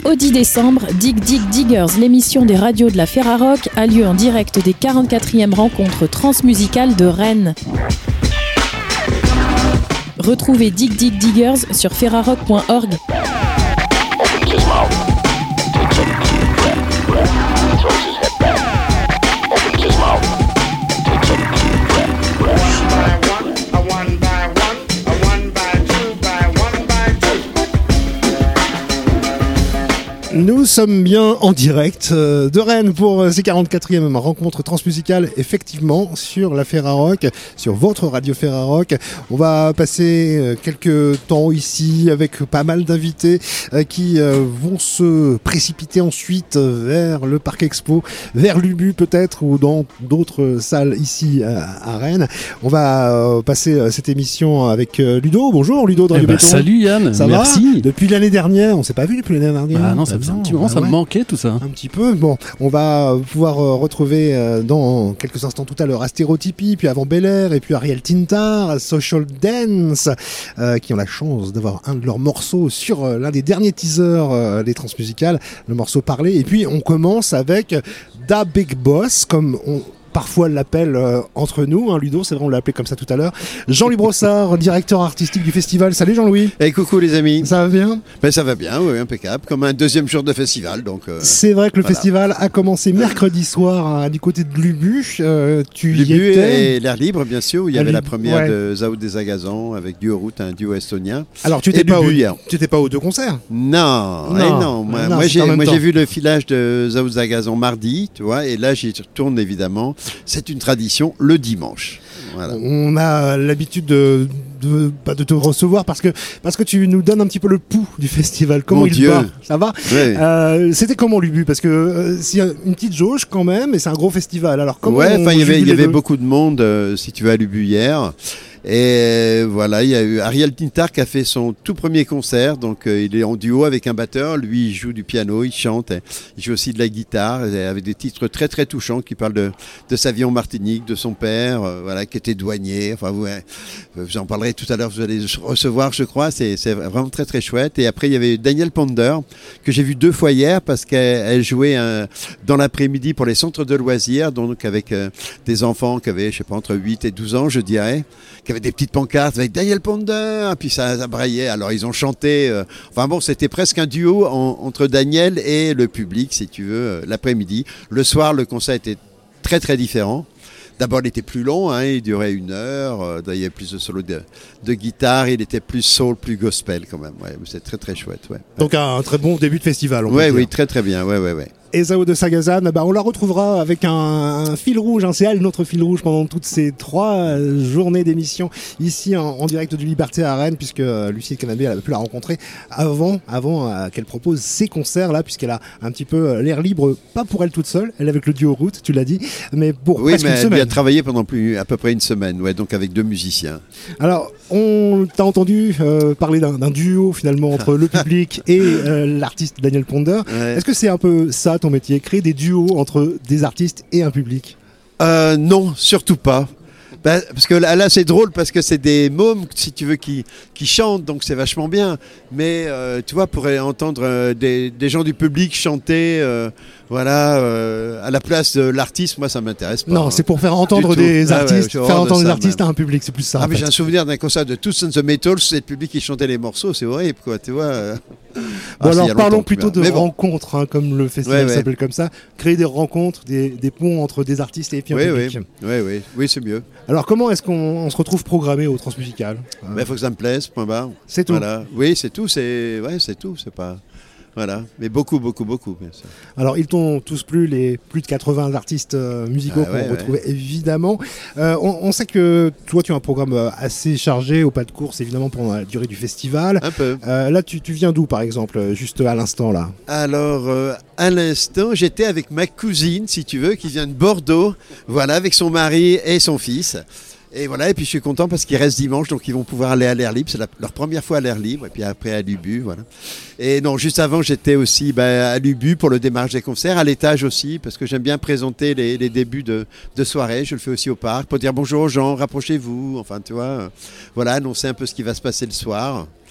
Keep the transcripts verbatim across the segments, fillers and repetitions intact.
au dix décembre, Dig Dig Diggers, l'émission des radios de la Ferrarock, a lieu en direct des quarante-quatrièmes rencontres transmusicales de Rennes. Retrouvez Dig Dig Diggers sur ferrarock point org. Nous sommes bien en direct de Rennes pour ces quarante-quatrièmes rencontres transmusicales, effectivement, sur la Ferrarock, sur votre radio Ferrarock. On va passer quelques temps ici avec pas mal d'invités qui vont se précipiter ensuite vers le Parc Expo, vers l'Ubu peut-être, ou dans d'autres salles ici à Rennes. On va passer cette émission avec Ludo. Bonjour Ludo de Radio eh ben, Béton. Salut Yann, ça merci. Va depuis l'année dernière, on s'est pas vu depuis l'année dernière. Ah non, ça faisait un petit moment, ça ouais. me manquait tout ça. Un petit peu. Bon, on va pouvoir retrouver dans quelques instants tout à l'heure Astérotypie, puis avant Bel Air, et puis Ariel Tintar, Social Dance, euh, qui ont la chance d'avoir un de leurs morceaux sur euh, l'un des derniers teasers euh, des transmusicales, le morceau Parler. Et puis on commence avec Da Big Boss, comme on parfois l'appelle euh, entre nous, hein, Ludo, c'est vrai, on l'a appelé comme ça tout à l'heure. Jean-Louis Brossard, directeur artistique du festival. Salut Jean-Louis. Et hey, coucou les amis. Ça va bien? Ben ça va bien, oui, impeccable, comme un deuxième jour de festival. Donc. Euh, c'est vrai que le voilà. festival a commencé mercredi soir hein, du côté de l'Ubu. Euh, tu y L'Ubu étais et l'air libre, bien sûr, où il y avait Lib... la première ouais. de Zao des Agazans avec Duo Route, un duo estonien. Alors tu n'étais pas, au... pas aux deux concerts? Non, non, eh non. Moi, non moi j'ai, moi j'ai vu le filage de Zao des Agazans mardi, tu vois, et là j'y retourne évidemment. C'est une tradition. Le dimanche. Voilà. On a l'habitude de, de, bah, de te recevoir parce que, parce que tu nous donnes un petit peu le pouls du festival. Comment Mon il Dieu. bat? Ça va? Ouais. euh, C'était comment l'Ubu? Parce que euh, c'est une petite jauge quand même et c'est un gros festival. Alors comment ouais, enfin il y avait, il y avait deux beaucoup de monde euh, si tu vas à l'Ubu hier. Et voilà, il y a eu Ariel Tintar qui a fait son tout premier concert, donc euh, il est en duo avec un batteur, lui il joue du piano, il chante, il joue aussi de la guitare, avec des titres très très touchants qui parlent de, de sa vie en Martinique, de son père, euh, voilà, qui était douanier, enfin ouais, vous en parlerez tout à l'heure, vous allez recevoir je crois, c'est, c'est vraiment très très chouette. Et après il y avait Danielle Ponder, que j'ai vu deux fois hier parce qu'elle elle jouait un, dans l'après-midi pour les centres de loisirs, donc avec euh, des enfants qui avaient, je sais pas, entre huit et douze ans je dirais, qui avaient des petites pancartes avec Daniel Ponder, puis ça, ça braillait. Alors ils ont chanté. Euh, enfin bon, c'était presque un duo en, entre Daniel et le public, si tu veux, euh, l'après-midi. Le soir, le concert était très très différent. D'abord, il était plus long, hein, il durait une heure. Euh, il y avait plus de solos de, de guitare, il était plus soul, plus gospel quand même. Ouais, c'était très très chouette. Ouais. Donc un, un très bon début de festival. On ouais, peut oui, dire. très très bien. Ouais, ouais, ouais. Et Zao de Sagazan, bah on la retrouvera avec un, un fil rouge, hein, c'est elle notre fil rouge pendant toutes ces trois journées d'émission ici en, en direct du Liberté à Rennes, puisque euh, Lucie Canabé elle a pu la rencontrer avant, avant euh, qu'elle propose ses concerts là, puisqu'elle a un petit peu euh, l'air libre, pas pour elle toute seule, elle est avec le duo Route, tu l'as dit, mais pour oui, presque mais une semaine. Elle a travaillé pendant plus, à peu près une semaine, ouais, donc avec deux musiciens. Alors, on t'a entendu euh, parler d'un, d'un duo finalement entre le public et euh, l'artiste Daniel Ponder. Ouais. Est-ce que c'est un peu ça ton métier, créer des duos entre des artistes et un public? euh, Non, surtout pas. Ben, parce que là, là c'est drôle parce que c'est des mômes, si tu veux, qui, qui chantent, donc c'est vachement bien. Mais euh, tu vois, pour entendre euh, des, des gens du public chanter, euh, voilà, euh, à la place de l'artiste, moi ça m'intéresse pas. Non, hein. C'est pour faire entendre des artistes, ah ouais, faire entendre des artistes même. À un public, c'est plus ça. Ah, mais fait. J'ai un souvenir d'un concert de Toots and the Maytals, c'est le public qui chantait les morceaux, c'est horrible, quoi, tu vois. Bon, ah, alors parlons plutôt de bon. rencontres, hein, comme le festival ouais, s'appelle ouais. comme ça. Créer des rencontres, des, des ponts entre des artistes et puis un oui, public. Oui, oui, oui, oui, c'est mieux. Alors comment est-ce qu'on on se retrouve programmé au Transmusical? Il ben, faut que ça me plaise, point barre. C'est tout. Voilà. Oui, c'est tout, c'est ouais, c'est tout, c'est pas. Voilà, mais beaucoup, beaucoup, beaucoup, bien sûr. Alors, ils t'ont tous plu, les plus de quatre-vingts artistes euh, musicaux ah, ouais, qu'on retrouvait ouais. évidemment. Euh, on, on sait que toi, tu as un programme assez chargé au pas de course, évidemment, pendant la durée du festival. Un peu. Euh, là, tu, tu viens d'où, par exemple, juste à l'instant, là? Alors, euh, à l'instant, j'étais avec ma cousine, si tu veux, qui vient de Bordeaux, voilà, avec son mari et son fils. Et voilà, et puis je suis content parce qu'ils restent dimanche, donc ils vont pouvoir aller à l'air libre. C'est la, leur première fois à l'air libre, et puis après à l'Ubu, voilà. Et non, juste avant, j'étais aussi bah, à l'Ubu pour le démarrage des concerts, à l'étage aussi, parce que j'aime bien présenter les, les débuts de, de soirée. Je le fais aussi au parc pour dire bonjour aux gens, rapprochez-vous, enfin tu vois, euh, voilà, annoncer un peu ce qui va se passer le soir.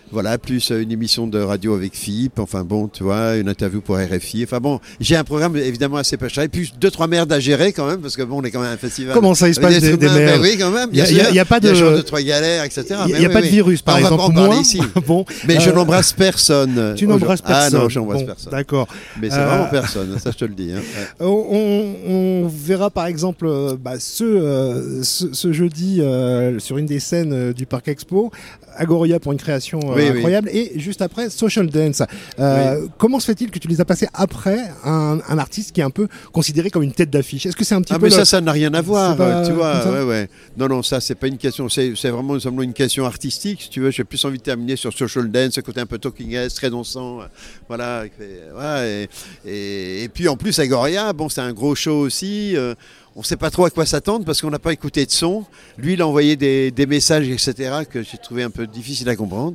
Voilà, plus une émission de radio avec Philippe, enfin bon, tu vois, une interview pour R F I. Enfin bon, j'ai un programme évidemment assez peu chargé. Et puis deux, trois merdes à gérer quand même, parce que bon, on est quand même un festival. Comment ça, il se passe des, des, des merdes? Ben oui, quand même. Il n'y a, a, a pas de. Il y a genre de trois galères, et cetera. Il n'y a, a pas oui, de virus, par on exemple. On va pas en parler moi, ici. bon, mais euh, je n'embrasse personne. Tu n'embrasses personne. Ah non, je n'embrasse bon, personne. D'accord. Mais c'est euh... vraiment personne, ça je te le dis. Hein. Ouais. On, on verra par exemple bah, ce, euh, ce, ce jeudi euh, sur une des scènes euh, du Parc Expo, Agoria pour une création euh, oui, incroyable, oui. Et juste après Social Dance. Euh, oui. Comment se fait-il que tu les as passés après un, un artiste qui est un peu considéré comme une tête d'affiche? Est-ce que c'est un petit ah, peu mais le... ça, ça n'a rien à voir, pas... tu vois. Ouais, ouais. Non, non, ça c'est pas une question. C'est, c'est vraiment simplement une question artistique, si tu veux. J'ai plus envie de terminer sur Social Dance, ce côté un peu Talking Heads, très dansant, voilà. Ouais, et, et, et puis en plus Agoria, bon, c'est un gros show aussi. Euh, On ne sait pas trop à quoi s'attendre parce qu'on n'a pas écouté de son. Lui, il a envoyé des, des messages, et cetera, que j'ai trouvé un peu difficile à comprendre.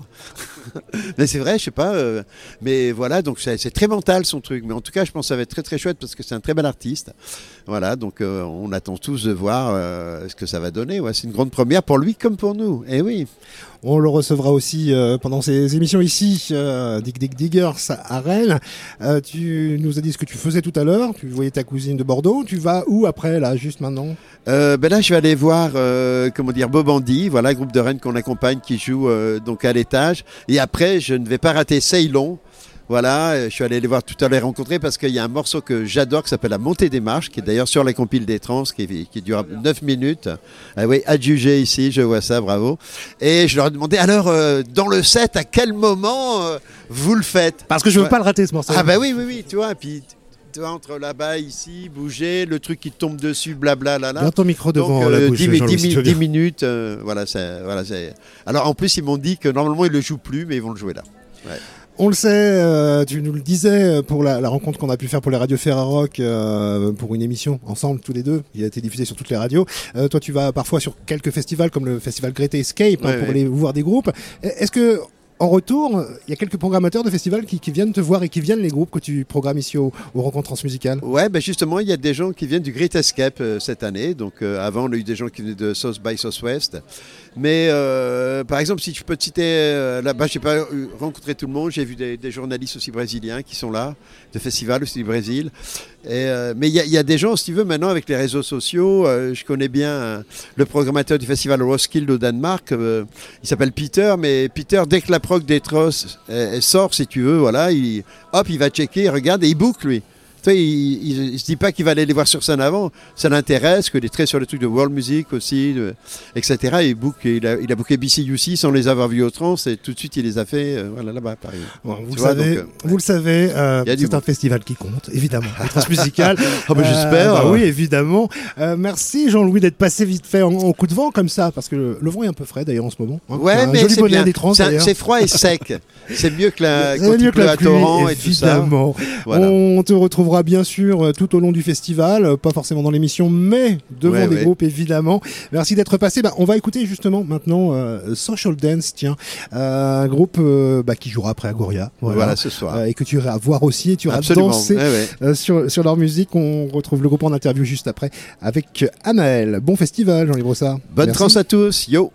Mais c'est vrai, je sais pas. Euh, mais voilà, donc c'est, c'est très mental son truc. Mais en tout cas, je pense que ça va être très très chouette parce que c'est un très bel artiste. Voilà, donc euh, on attend tous de voir euh, ce que ça va donner. Ouais, c'est une grande première pour lui comme pour nous. Et oui. On le recevra aussi euh, pendant ces émissions ici, euh, Dig Dig Diggers à Rennes. Euh, tu nous as dit ce que tu faisais tout à l'heure. Tu voyais ta cousine de Bordeaux. Tu vas où après, là, juste maintenant? euh, ben Là, je vais aller voir, euh, comment dire, Bob Andy, voilà, groupe de Rennes qu'on accompagne, qui joue euh, donc à l'étage. Et après, je ne vais pas rater Ceylon. Voilà, je suis allé les voir tout à l'heure, les rencontrer parce qu'il y a un morceau que j'adore qui s'appelle La Montée des Marches, qui est d'ailleurs sur la compile des Trans, qui, qui dure neuf minutes. Ah oui, adjugé ici, je vois ça, bravo. Et je leur ai demandé, alors, euh, dans le set, à quel moment euh, vous le faites? Parce que je veux ouais. pas le rater, ce morceau. Ah bah oui, oui, oui, tu vois, et puis... Tu vois, entre là-bas, ici, bouger, le truc qui tombe dessus, blabla, là, là. Bien ton micro devant donc, la euh, bouche, dix, Jean-Louis, dix, si dix minutes, euh, voilà, c'est, voilà, c'est... Alors, en plus, ils m'ont dit que normalement, ils le jouent plus, mais ils vont le jouer là. Ouais. On le sait, euh, tu nous le disais pour la, la rencontre qu'on a pu faire pour les radios Ferrarock, euh, pour une émission ensemble tous les deux, il a été diffusé sur toutes les radios. Euh, toi, tu vas parfois sur quelques festivals comme le festival Great Escape hein, ouais, pour ouais. aller voir des groupes. Est-ce que en retour, il y a quelques programmateurs de festivals qui, qui viennent te voir et qui viennent les groupes que tu programmes ici aux, aux rencontres transmusicales? Ouais, ben justement, il y a des gens qui viennent du Great Escape euh, cette année. Donc euh, avant, on a eu des gens qui venaient de South by Southwest. Mais euh, par exemple, si je peux te citer, euh, là-bas, je n'ai pas rencontré tout le monde. J'ai vu des, des journalistes aussi brésiliens qui sont là, de festivals aussi du Brésil. Et, euh, mais il y, y a des gens, si tu veux, maintenant avec les réseaux sociaux. Euh, je connais bien euh, le programmateur du festival Roskilde au Danemark. Euh, il s'appelle Peter, mais Peter, dès que la prog des Trosses elle sort, si tu veux, voilà, il, hop, il va checker, il regarde et il book lui. Tu sais, il ne se dit pas qu'il va aller les voir sur scène avant. Ça l'intéresse, qu'il est très sur les trucs de world music aussi, de, et cetera. Et il, book, il, a, il a booké B C U C sans les avoir vus au trans et tout de suite il les a fait euh, voilà, là-bas à Paris. Bon, vous, le vois, savez, donc, euh, vous le savez, euh, c'est un festival qui compte, évidemment. Le Transmusical. oh, bah, j'espère. Euh, bah, oui, évidemment. Euh, merci Jean-Louis d'être passé vite fait en, en coup de vent comme ça, parce que le, le vent est un peu frais d'ailleurs en ce moment. Hein. Ouais, mais joli c'est bien. Des trans, c'est, c'est froid et sec. C'est mieux que la, quand mieux il que pleut la à pluie, torrent et tout ça. Voilà. On te retrouvera bien sûr tout au long du festival, pas forcément dans l'émission, mais devant ouais, des ouais. groupes évidemment. Merci d'être passé. Bah, on va écouter justement maintenant euh, Social Dance, tiens, euh, un groupe euh, bah, qui jouera après Agoria. Voilà, voilà ce soir. Euh, et que tu iras voir aussi, et tu iras Absolument. danser ouais, ouais. Euh, sur, sur leur musique. On retrouve le groupe en interview juste après avec Anaël. Bon festival, Jean-Louis Brossard. Bonne Merci. trans à tous. Yo.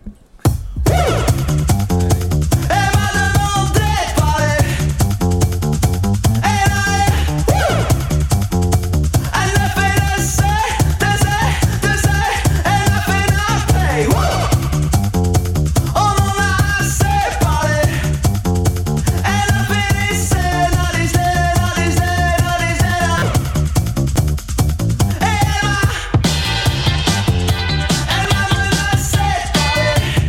Elle m'a menacé,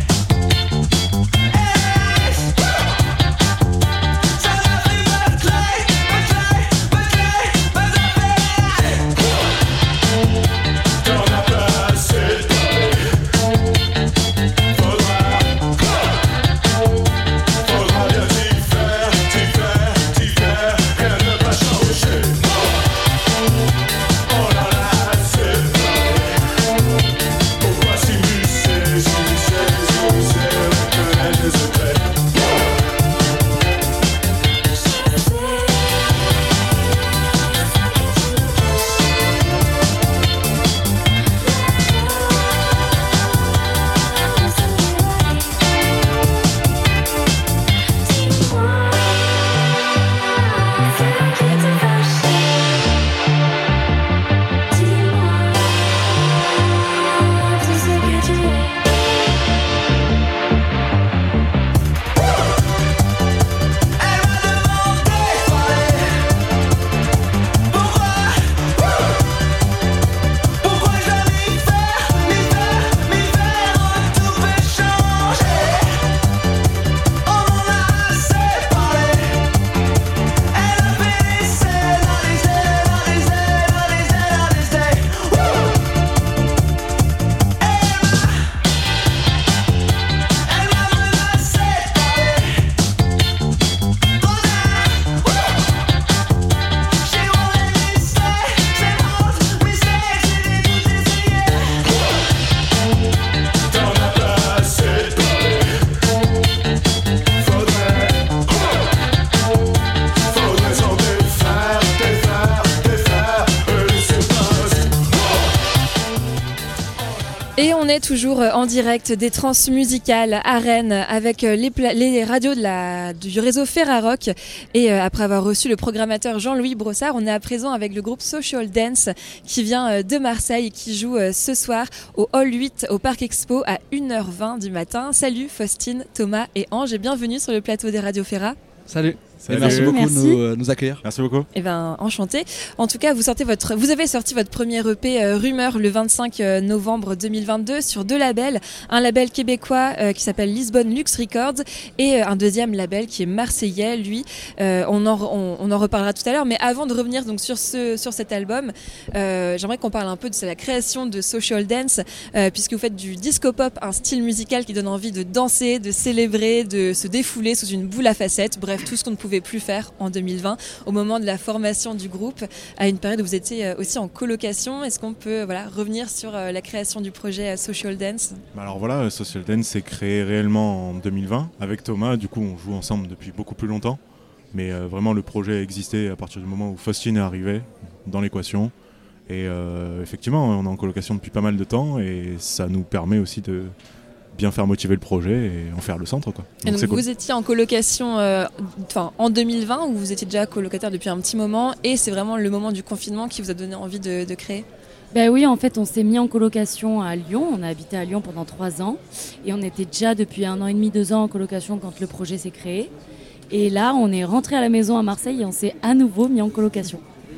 est toujours en direct des trans musicales à Rennes avec les, pla- les radios de la, du réseau Ferrarock. Et euh, après avoir reçu le programmateur Jean-Louis Brossard, on est à présent avec le groupe Social Dance qui vient de Marseille et qui joue ce soir au Hall huit au Parc Expo à une heure vingt du matin. Salut Faustine, Thomas et Ange et bienvenue sur le plateau des radios Ferra. Salut. Salut. Et merci beaucoup Merci. de nous, euh, nous accueillir. Merci beaucoup. Eh ben, enchanté. En tout cas, vous sortez votre, vous avez sorti votre premier E P euh, Rumeur le vingt-cinq novembre deux mille vingt-deux sur deux labels, un label québécois euh, qui s'appelle Lisbonne Luxe Records et euh, un deuxième label qui est marseillais. Lui, euh, on, en, on, on en reparlera tout à l'heure. Mais avant de revenir donc sur ce, sur cet album, euh, j'aimerais qu'on parle un peu de la création de Social Dance, euh, puisque vous faites du disco pop, un style musical qui donne envie de danser, de célébrer, de se défouler sous une boule à facettes. Bref, tout ce qu'on ne pouvait plus faire en deux mille vingt, au moment de la formation du groupe, à une période où vous étiez aussi en colocation. Est-ce qu'on peut voilà, revenir sur la création du projet Social Dance ? Alors voilà, Social Dance s'est créé réellement en deux mille vingt. Avec Thomas, du coup, on joue ensemble depuis beaucoup plus longtemps. Mais euh, vraiment, le projet existait à partir du moment où Faustine est arrivée dans l'équation. Et euh, effectivement, on est en colocation depuis pas mal de temps et ça nous permet aussi de bien faire motiver le projet et en faire le centre, quoi. Donc, et donc c'est vous cool. étiez en colocation euh, en deux mille vingt ou vous étiez déjà colocataire depuis un petit moment et c'est vraiment le moment du confinement qui vous a donné envie de, de créer ? Ben oui, en fait, on s'est mis en colocation à Lyon. On a habité à Lyon pendant trois ans et on était déjà depuis un an et demi, deux ans en colocation quand le projet s'est créé. Et là, on est rentré à la maison à Marseille et on s'est à nouveau mis en colocation.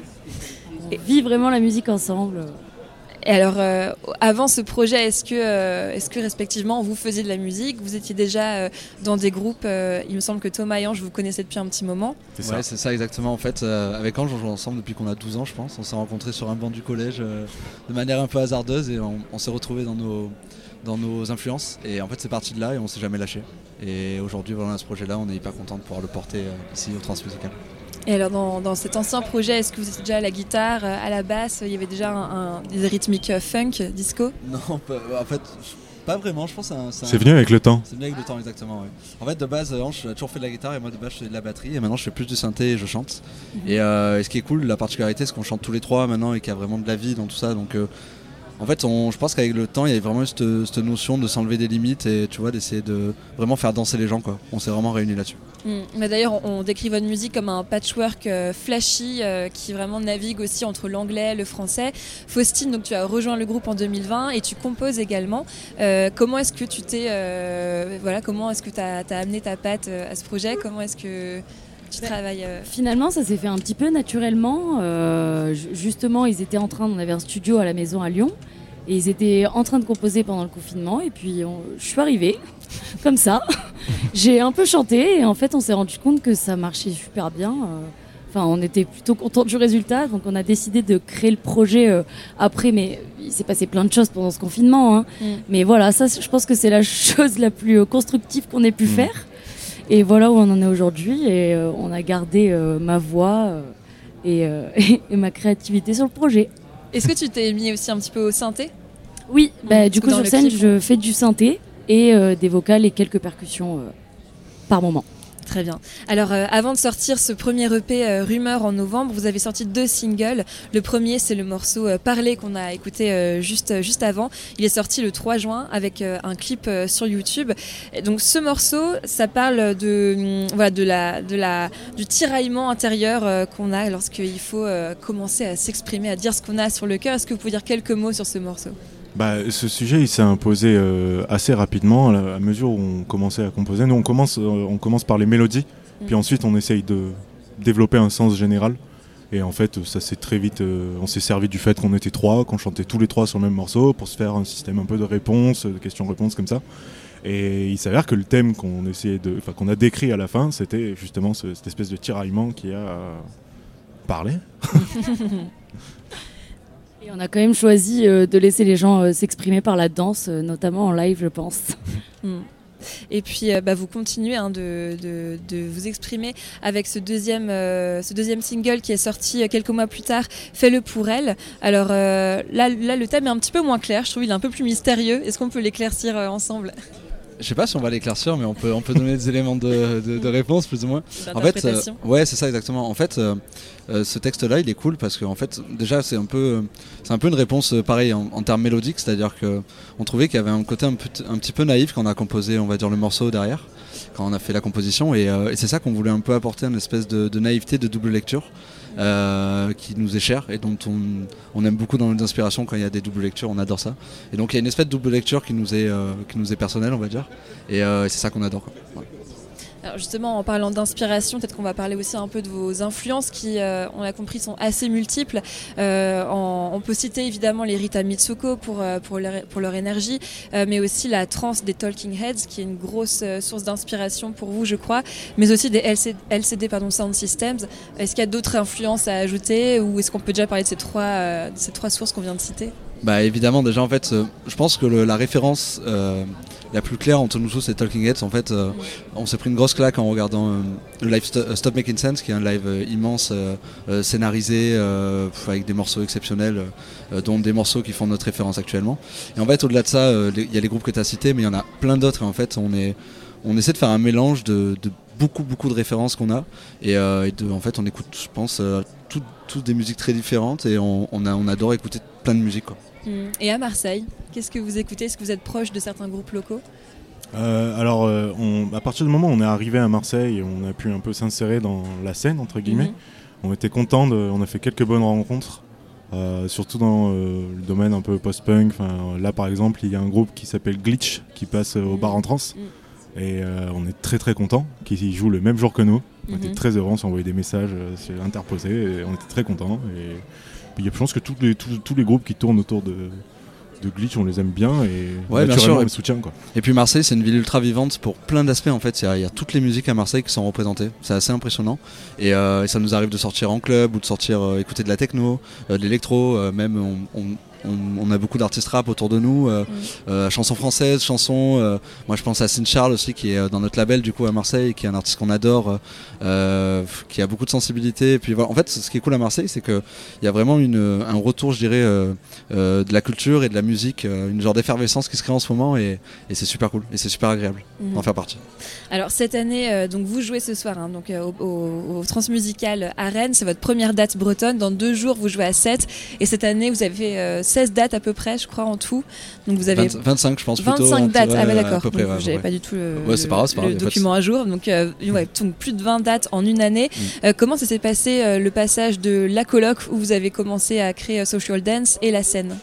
On vit vraiment la musique ensemble. Et alors, euh, avant ce projet, est-ce que, euh, est-ce que respectivement vous faisiez de la musique ? Vous étiez déjà euh, dans des groupes euh, il me semble que Thomas et Ange, vous connaissez depuis un petit moment. C'est Ouais, ça. c'est ça exactement. En fait, euh, avec Ange, on joue ensemble depuis qu'on a douze ans, je pense. On s'est rencontrés sur un banc du collège euh, de manière un peu hasardeuse et on, on s'est retrouvés dans nos, dans nos influences. Et en fait, c'est parti de là et on s'est jamais lâché. Et aujourd'hui, voilà, on a ce projet-là, on est hyper content de pouvoir le porter euh, ici au Transmusical. Et alors, dans, dans cet ancien projet, est-ce que vous étiez déjà à la guitare, à la basse ? Il y avait déjà un, un, des rythmiques funk, disco ? Non, pas- en fait, pas vraiment. Je pense que c'est un- c'est un- C'est venu avec le temps. C'est venu avec le temps, exactement. Ouais. En fait, de base, Ange a toujours fait de la guitare et moi, de base, je fais de la batterie. Et maintenant, je fais plus du synthé et je chante. Mm-hmm. Et, euh, et ce qui est cool, la particularité, c'est qu'on chante tous les trois maintenant et qu'il y a vraiment de la vie dans tout ça. Donc, euh, en fait, on, je pense qu'avec le temps, il y a vraiment eu cette, cette notion de s'enlever des limites et tu vois, d'essayer de vraiment faire danser les gens, quoi. On s'est vraiment réunis là-dessus. Mmh. Mais d'ailleurs, on, on décrit votre musique comme un patchwork euh, flashy euh, qui vraiment navigue aussi entre l'anglais, le français. Faustine, donc tu as rejoint le groupe en deux mille vingt et tu composes également. Euh, comment est-ce que tu t'es, euh, voilà, comment est-ce que tu as amené ta patte euh, à ce projet ? Comment est-ce que tu Ben, travailles euh... Finalement, ça s'est fait un petit peu naturellement. Euh, justement, ils étaient en train, on avait un studio à la maison à Lyon, et ils étaient en train de composer pendant le confinement. Et puis, on, je suis arrivée, comme ça. J'ai un peu chanté, et en fait, on s'est rendu compte que ça marchait super bien. Euh, Enfin, on était plutôt contents du résultat, donc on a décidé de créer le projet euh, après. Mais il s'est passé plein de choses pendant ce confinement. Hein. Mm. Mais voilà, ça, je pense que c'est la chose la plus euh, constructive qu'on ait pu mm. faire. Et voilà où on en est aujourd'hui. Et euh, on a gardé euh, ma voix euh, et, euh, et ma créativité sur le projet. Est-ce que tu t'es mis aussi un petit peu au synthé ? Oui, mmh. bah, du coup sur scène, clip, je fais du synthé et euh, des vocales et quelques percussions euh, par moment. Très bien. Alors, euh, avant de sortir ce premier E P euh, Rumeur en novembre, vous avez sorti deux singles. Le premier, c'est le morceau euh, Parler qu'on a écouté euh, juste, juste avant. Il est sorti le trois juin avec euh, un clip euh, sur YouTube. Et donc, ce morceau, ça parle de, voilà, de la, de la, du tiraillement intérieur euh, qu'on a lorsqu'il faut euh, commencer à s'exprimer, à dire ce qu'on a sur le cœur. Est-ce que vous pouvez dire quelques mots sur ce morceau ? Bah, ce sujet, il s'est imposé euh, assez rapidement à, la, à mesure où on commençait à composer. Nous, on commence, euh, on commence par les mélodies, mmh. puis ensuite on essaye de développer un sens général. Et en fait, ça s'est très vite, euh, on s'est servi du fait qu'on était trois, qu'on chantait tous les trois sur le même morceau pour se faire un système un peu de réponse, de questions-réponses comme ça. Et il s'avère que le thème qu'on essayait de, enfin qu'on a décrit à la fin, c'était justement ce, cette espèce de tiraillement qui a euh, parlé. Et on a quand même choisi euh, de laisser les gens euh, s'exprimer par la danse, euh, notamment en live, je pense. Mm. Et puis, euh, bah, vous continuez hein, de, de, de vous exprimer avec ce deuxième, euh, ce deuxième single qui est sorti quelques mois plus tard, Fais-le pour elle. Alors euh, là, là, le thème est un petit peu moins clair, je trouve qu'il est un peu plus mystérieux. Est-ce qu'on peut l'éclaircir euh, ensemble ? Je sais pas si on va l'éclaircir, mais on peut, on peut donner des éléments de, de, de réponse plus ou moins. En fait, euh, ouais, c'est ça exactement. En fait, euh, euh, ce texte-là, il est cool parce que en fait, déjà, c'est un peu, c'est un peu une réponse euh, pareille en, en termes mélodiques, c'est-à-dire que on trouvait qu'il y avait un côté un, peu, un petit peu naïf quand on a composé, on va dire, le morceau derrière, quand on a fait la composition, et, euh, et c'est ça qu'on voulait un peu apporter, une espèce de, de naïveté, de double lecture. Euh, qui nous est cher et dont on, on aime beaucoup dans nos inspirations. Quand il y a des doubles lectures, on adore ça, et donc il y a une espèce de double lecture qui nous est, euh, qui nous est personnelle, on va dire, et, euh, et c'est ça qu'on adore, quoi. Ouais. Alors justement, en parlant d'inspiration, peut-être qu'on va parler aussi un peu de vos influences qui, euh, on l'a compris, sont assez multiples. Euh, en, on peut citer évidemment les Rita Mitsuko pour, euh, pour, leur, pour leur énergie, euh, mais aussi la trance des Talking Heads, qui est une grosse euh, source d'inspiration pour vous, je crois, mais aussi des L C D, L C D pardon, Sound Systems. Est-ce qu'il y a d'autres influences à ajouter, ou est-ce qu'on peut déjà parler de ces trois, euh, de ces trois sources qu'on vient de citer ? Bah évidemment, déjà en fait, euh, je pense que le, la référence euh, la plus claire entre nous tous, c'est Talking Heads. En fait, euh, on s'est pris une grosse claque en regardant euh, le live St- Stop Making Sense, qui est un live euh, immense, euh, euh, scénarisé, euh, avec des morceaux exceptionnels, euh, dont des morceaux qui font notre référence actuellement. Et en fait, au-delà de ça, il euh, y a les groupes que tu as cités, mais il y en a plein d'autres. Et en fait, on, est, on essaie de faire un mélange de, de beaucoup, beaucoup de références qu'on a. Et, euh, et de, en fait, on écoute, je pense, euh, toutes, toutes des musiques très différentes, et on, on, a, on adore écouter plein de musique, quoi. Et à Marseille, qu'est-ce que vous écoutez ? Est-ce que vous êtes proche de certains groupes locaux ? euh, Alors, euh, on, à partir du moment où on est arrivé à Marseille, on a pu un peu s'insérer dans la scène, entre guillemets. Mm-hmm. On était contents, de, on a fait quelques bonnes rencontres, euh, surtout dans euh, le domaine un peu post-punk. Là, par exemple, il y a un groupe qui s'appelle Glitch, qui passe euh, au bar en trance. Mm-hmm. Et euh, on est très très contents qu'ils jouent le même jour que nous. On mm-hmm. était très heureux, on s'est envoyé des messages euh, interposés, et on était très contents. Et je pense que tous les, tous, tous les groupes qui tournent autour de, de Glitch, on les aime bien, et ouais, naturellement bien sûr, on les soutient, quoi. Et puis Marseille, c'est une ville ultra vivante pour plein d'aspects. En fait, il y, y a toutes les musiques à Marseille qui sont représentées. C'est assez impressionnant. Et, euh, et ça nous arrive de sortir en club ou de sortir euh, écouter de la techno, euh, de l'électro. Euh, même on, on, on, on a beaucoup d'artistes rap autour de nous. Euh, mmh. euh, chansons françaises, chansons. Euh, moi, je pense à Sin Charles aussi, qui est dans notre label du coup à Marseille, qui est un artiste qu'on adore, euh, qui a beaucoup de sensibilité. Et puis voilà. En fait, ce qui est cool à Marseille, c'est que il y a vraiment une, un retour, je dirais, euh, euh, de la culture et de la musique, euh, une genre d'effervescence qui se crée en ce moment, et, et c'est super cool et c'est super agréable mmh. d'en faire partie. Alors cette année, euh, donc vous jouez ce soir, hein, donc euh, au, au, au Transmusical à Rennes, c'est votre première date bretonne. Dans deux jours, vous jouez à Sète, et cette année, vous avez fait euh, seize dates à peu près, je crois, en tout. Donc vous avez vingt, vingt-cinq, je pense plutôt. vingt-cinq dates, ouais, ah bah d'accord. À peu près, ouais, j'avais ouais. pas du tout le, ouais, c'est pas grave, c'est pas le grave, document à jour. Donc, euh, ouais, donc plus de vingt dates en une année. Mm. Euh, comment ça s'est passé euh, le passage de la coloc où vous avez commencé à créer euh, Social Dance et la scène?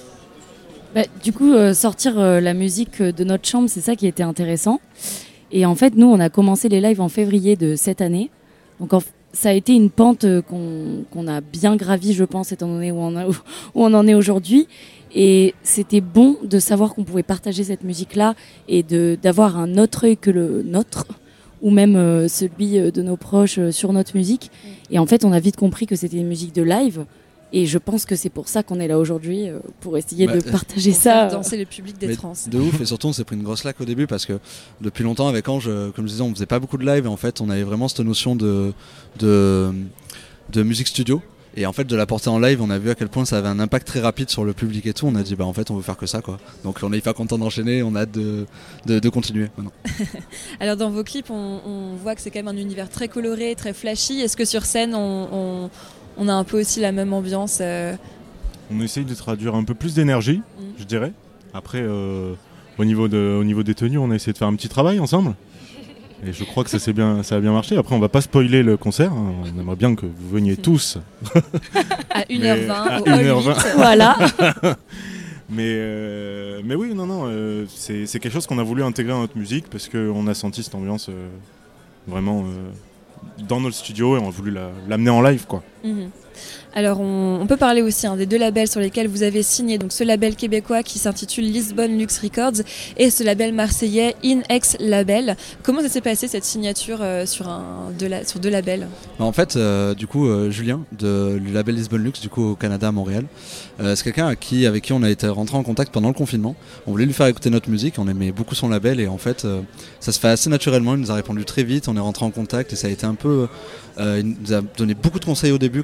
Bah, du coup, euh, sortir euh, la musique de notre chambre, c'est ça qui était intéressant. Et en fait, nous, on a commencé les lives en février de cette année. Donc, en, ça a été une pente euh, qu'on, qu'on a bien gravie, je pense, étant donné où on, a, où on en est aujourd'hui. Et c'était bon de savoir qu'on pouvait partager cette musique-là et de, d'avoir un autre œil que le nôtre, ou même euh, celui de nos proches euh, sur notre musique. Et en fait, on a vite compris que c'était une musique de live. Et je pense que c'est pour ça qu'on est là aujourd'hui, euh, pour essayer bah, de partager pour ça. Faire danser le public des trans. De ouf, et surtout on s'est pris une grosse claque au début parce que depuis longtemps avec Ange, comme je disais, on faisait pas beaucoup de live, et en fait on avait vraiment cette notion de, de, de musique studio. Et en fait, de la porter en live, on a vu à quel point ça avait un impact très rapide sur le public et tout. On a dit, bah en fait, on veut faire que ça, quoi. Donc on est hyper content d'enchaîner, on a hâte de, de, de continuer maintenant. Alors dans vos clips, on, on voit que c'est quand même un univers très coloré, très flashy. Est-ce que sur scène, on, on, on a un peu aussi la même ambiance euh... On essaye de traduire un peu plus d'énergie, mmh. je dirais. Après, euh, au, niveau de, au niveau des tenues, on a essayé de faire un petit travail ensemble. Et je crois que ça, s'est bien, ça a bien marché. Après, on va pas spoiler le concert. On aimerait bien que vous veniez tous. À une heure vingt à au une heure vingt. Voilà. mais, euh, mais oui, non, non. Euh, c'est, c'est quelque chose qu'on a voulu intégrer dans notre musique parce qu'on a senti cette ambiance euh, vraiment euh, dans notre studio, et on a voulu la, l'amener en live, quoi. Mmh. Alors on, on peut parler aussi hein, des deux labels sur lesquels vous avez signé, donc ce label québécois qui s'intitule Lisbon Lux Records et ce label marseillais In-X Label. Comment ça s'est passé cette signature euh, sur, un, de la, sur deux labels ? En fait, euh, du coup, euh, Julien de, du label Lisbon Lux, du coup au Canada, à Montréal, euh, c'est quelqu'un à qui, avec qui on a été rentré en contact pendant le confinement. On voulait lui faire écouter notre musique, on aimait beaucoup son label, et en fait euh, ça se fait assez naturellement. Il nous a répondu très vite, on est rentré en contact, et ça a été un peu... Euh, il nous a donné beaucoup de conseils au début quand on était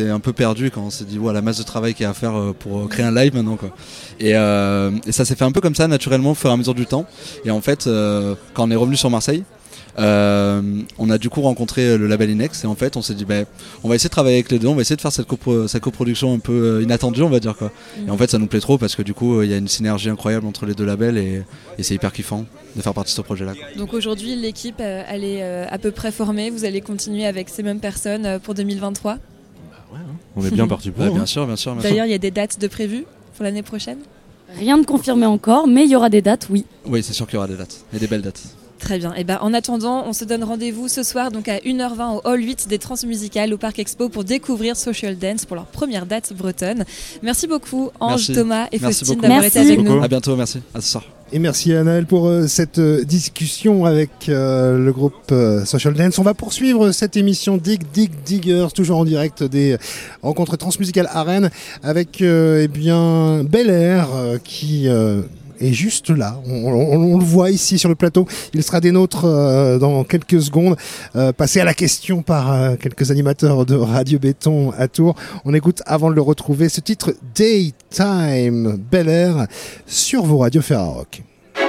s'est un peu perdu quand on s'est dit ouais, la masse de travail qu'il y a à faire euh, pour euh, créer un live maintenant quoi. Et, euh, et ça s'est fait un peu comme ça naturellement au fur et à mesure du temps. Et en fait, euh, quand on est revenu sur Marseille, Euh, on a du coup rencontré le label Inex et en fait on s'est dit bah, on va essayer de travailler avec les deux, on va essayer de faire cette, copro- cette coproduction un peu inattendue on va dire quoi. Mmh. Et en fait ça nous plaît trop parce que du coup il y a une synergie incroyable entre les deux labels et, et c'est hyper kiffant de faire partie de ce projet là. Donc aujourd'hui l'équipe euh, elle est euh, à peu près formée, vous allez continuer avec ces mêmes personnes euh, pour deux mille vingt-trois? Bah ouais, hein. On est bien parti pour. Ouais, hein. bien sûr, bien sûr. Bien D'ailleurs il y a des dates de prévues pour l'année prochaine? Rien de confirmé encore, mais il y aura des dates, oui. Oui, c'est sûr qu'il y aura des dates et des belles dates. Très bien. Et ben, en attendant, on se donne rendez-vous ce soir donc à une heure vingt au hall huit des Transmusicales au Parc Expo pour découvrir Social Dance pour leur première date bretonne. Merci beaucoup Ange, merci. Thomas et merci Faustine beaucoup. d'avoir Merci. été avec beaucoup. nous. À bientôt, merci. À ce soir. Et merci à Anaël pour euh, cette euh, discussion avec euh, le groupe euh, Social Dance. On va poursuivre cette émission Dig Dig Diggers, toujours en direct des rencontres transmusicales à Rennes, avec euh, eh bien Bel Air euh, qui euh, est juste là. On, on, on le voit ici sur le plateau. Il sera des nôtres euh, dans quelques secondes. Euh, passé à la question par euh, quelques animateurs de Radio Béton à Tours. On écoute avant de le retrouver ce titre Daytime Bel Air sur vos radios Ferrarock.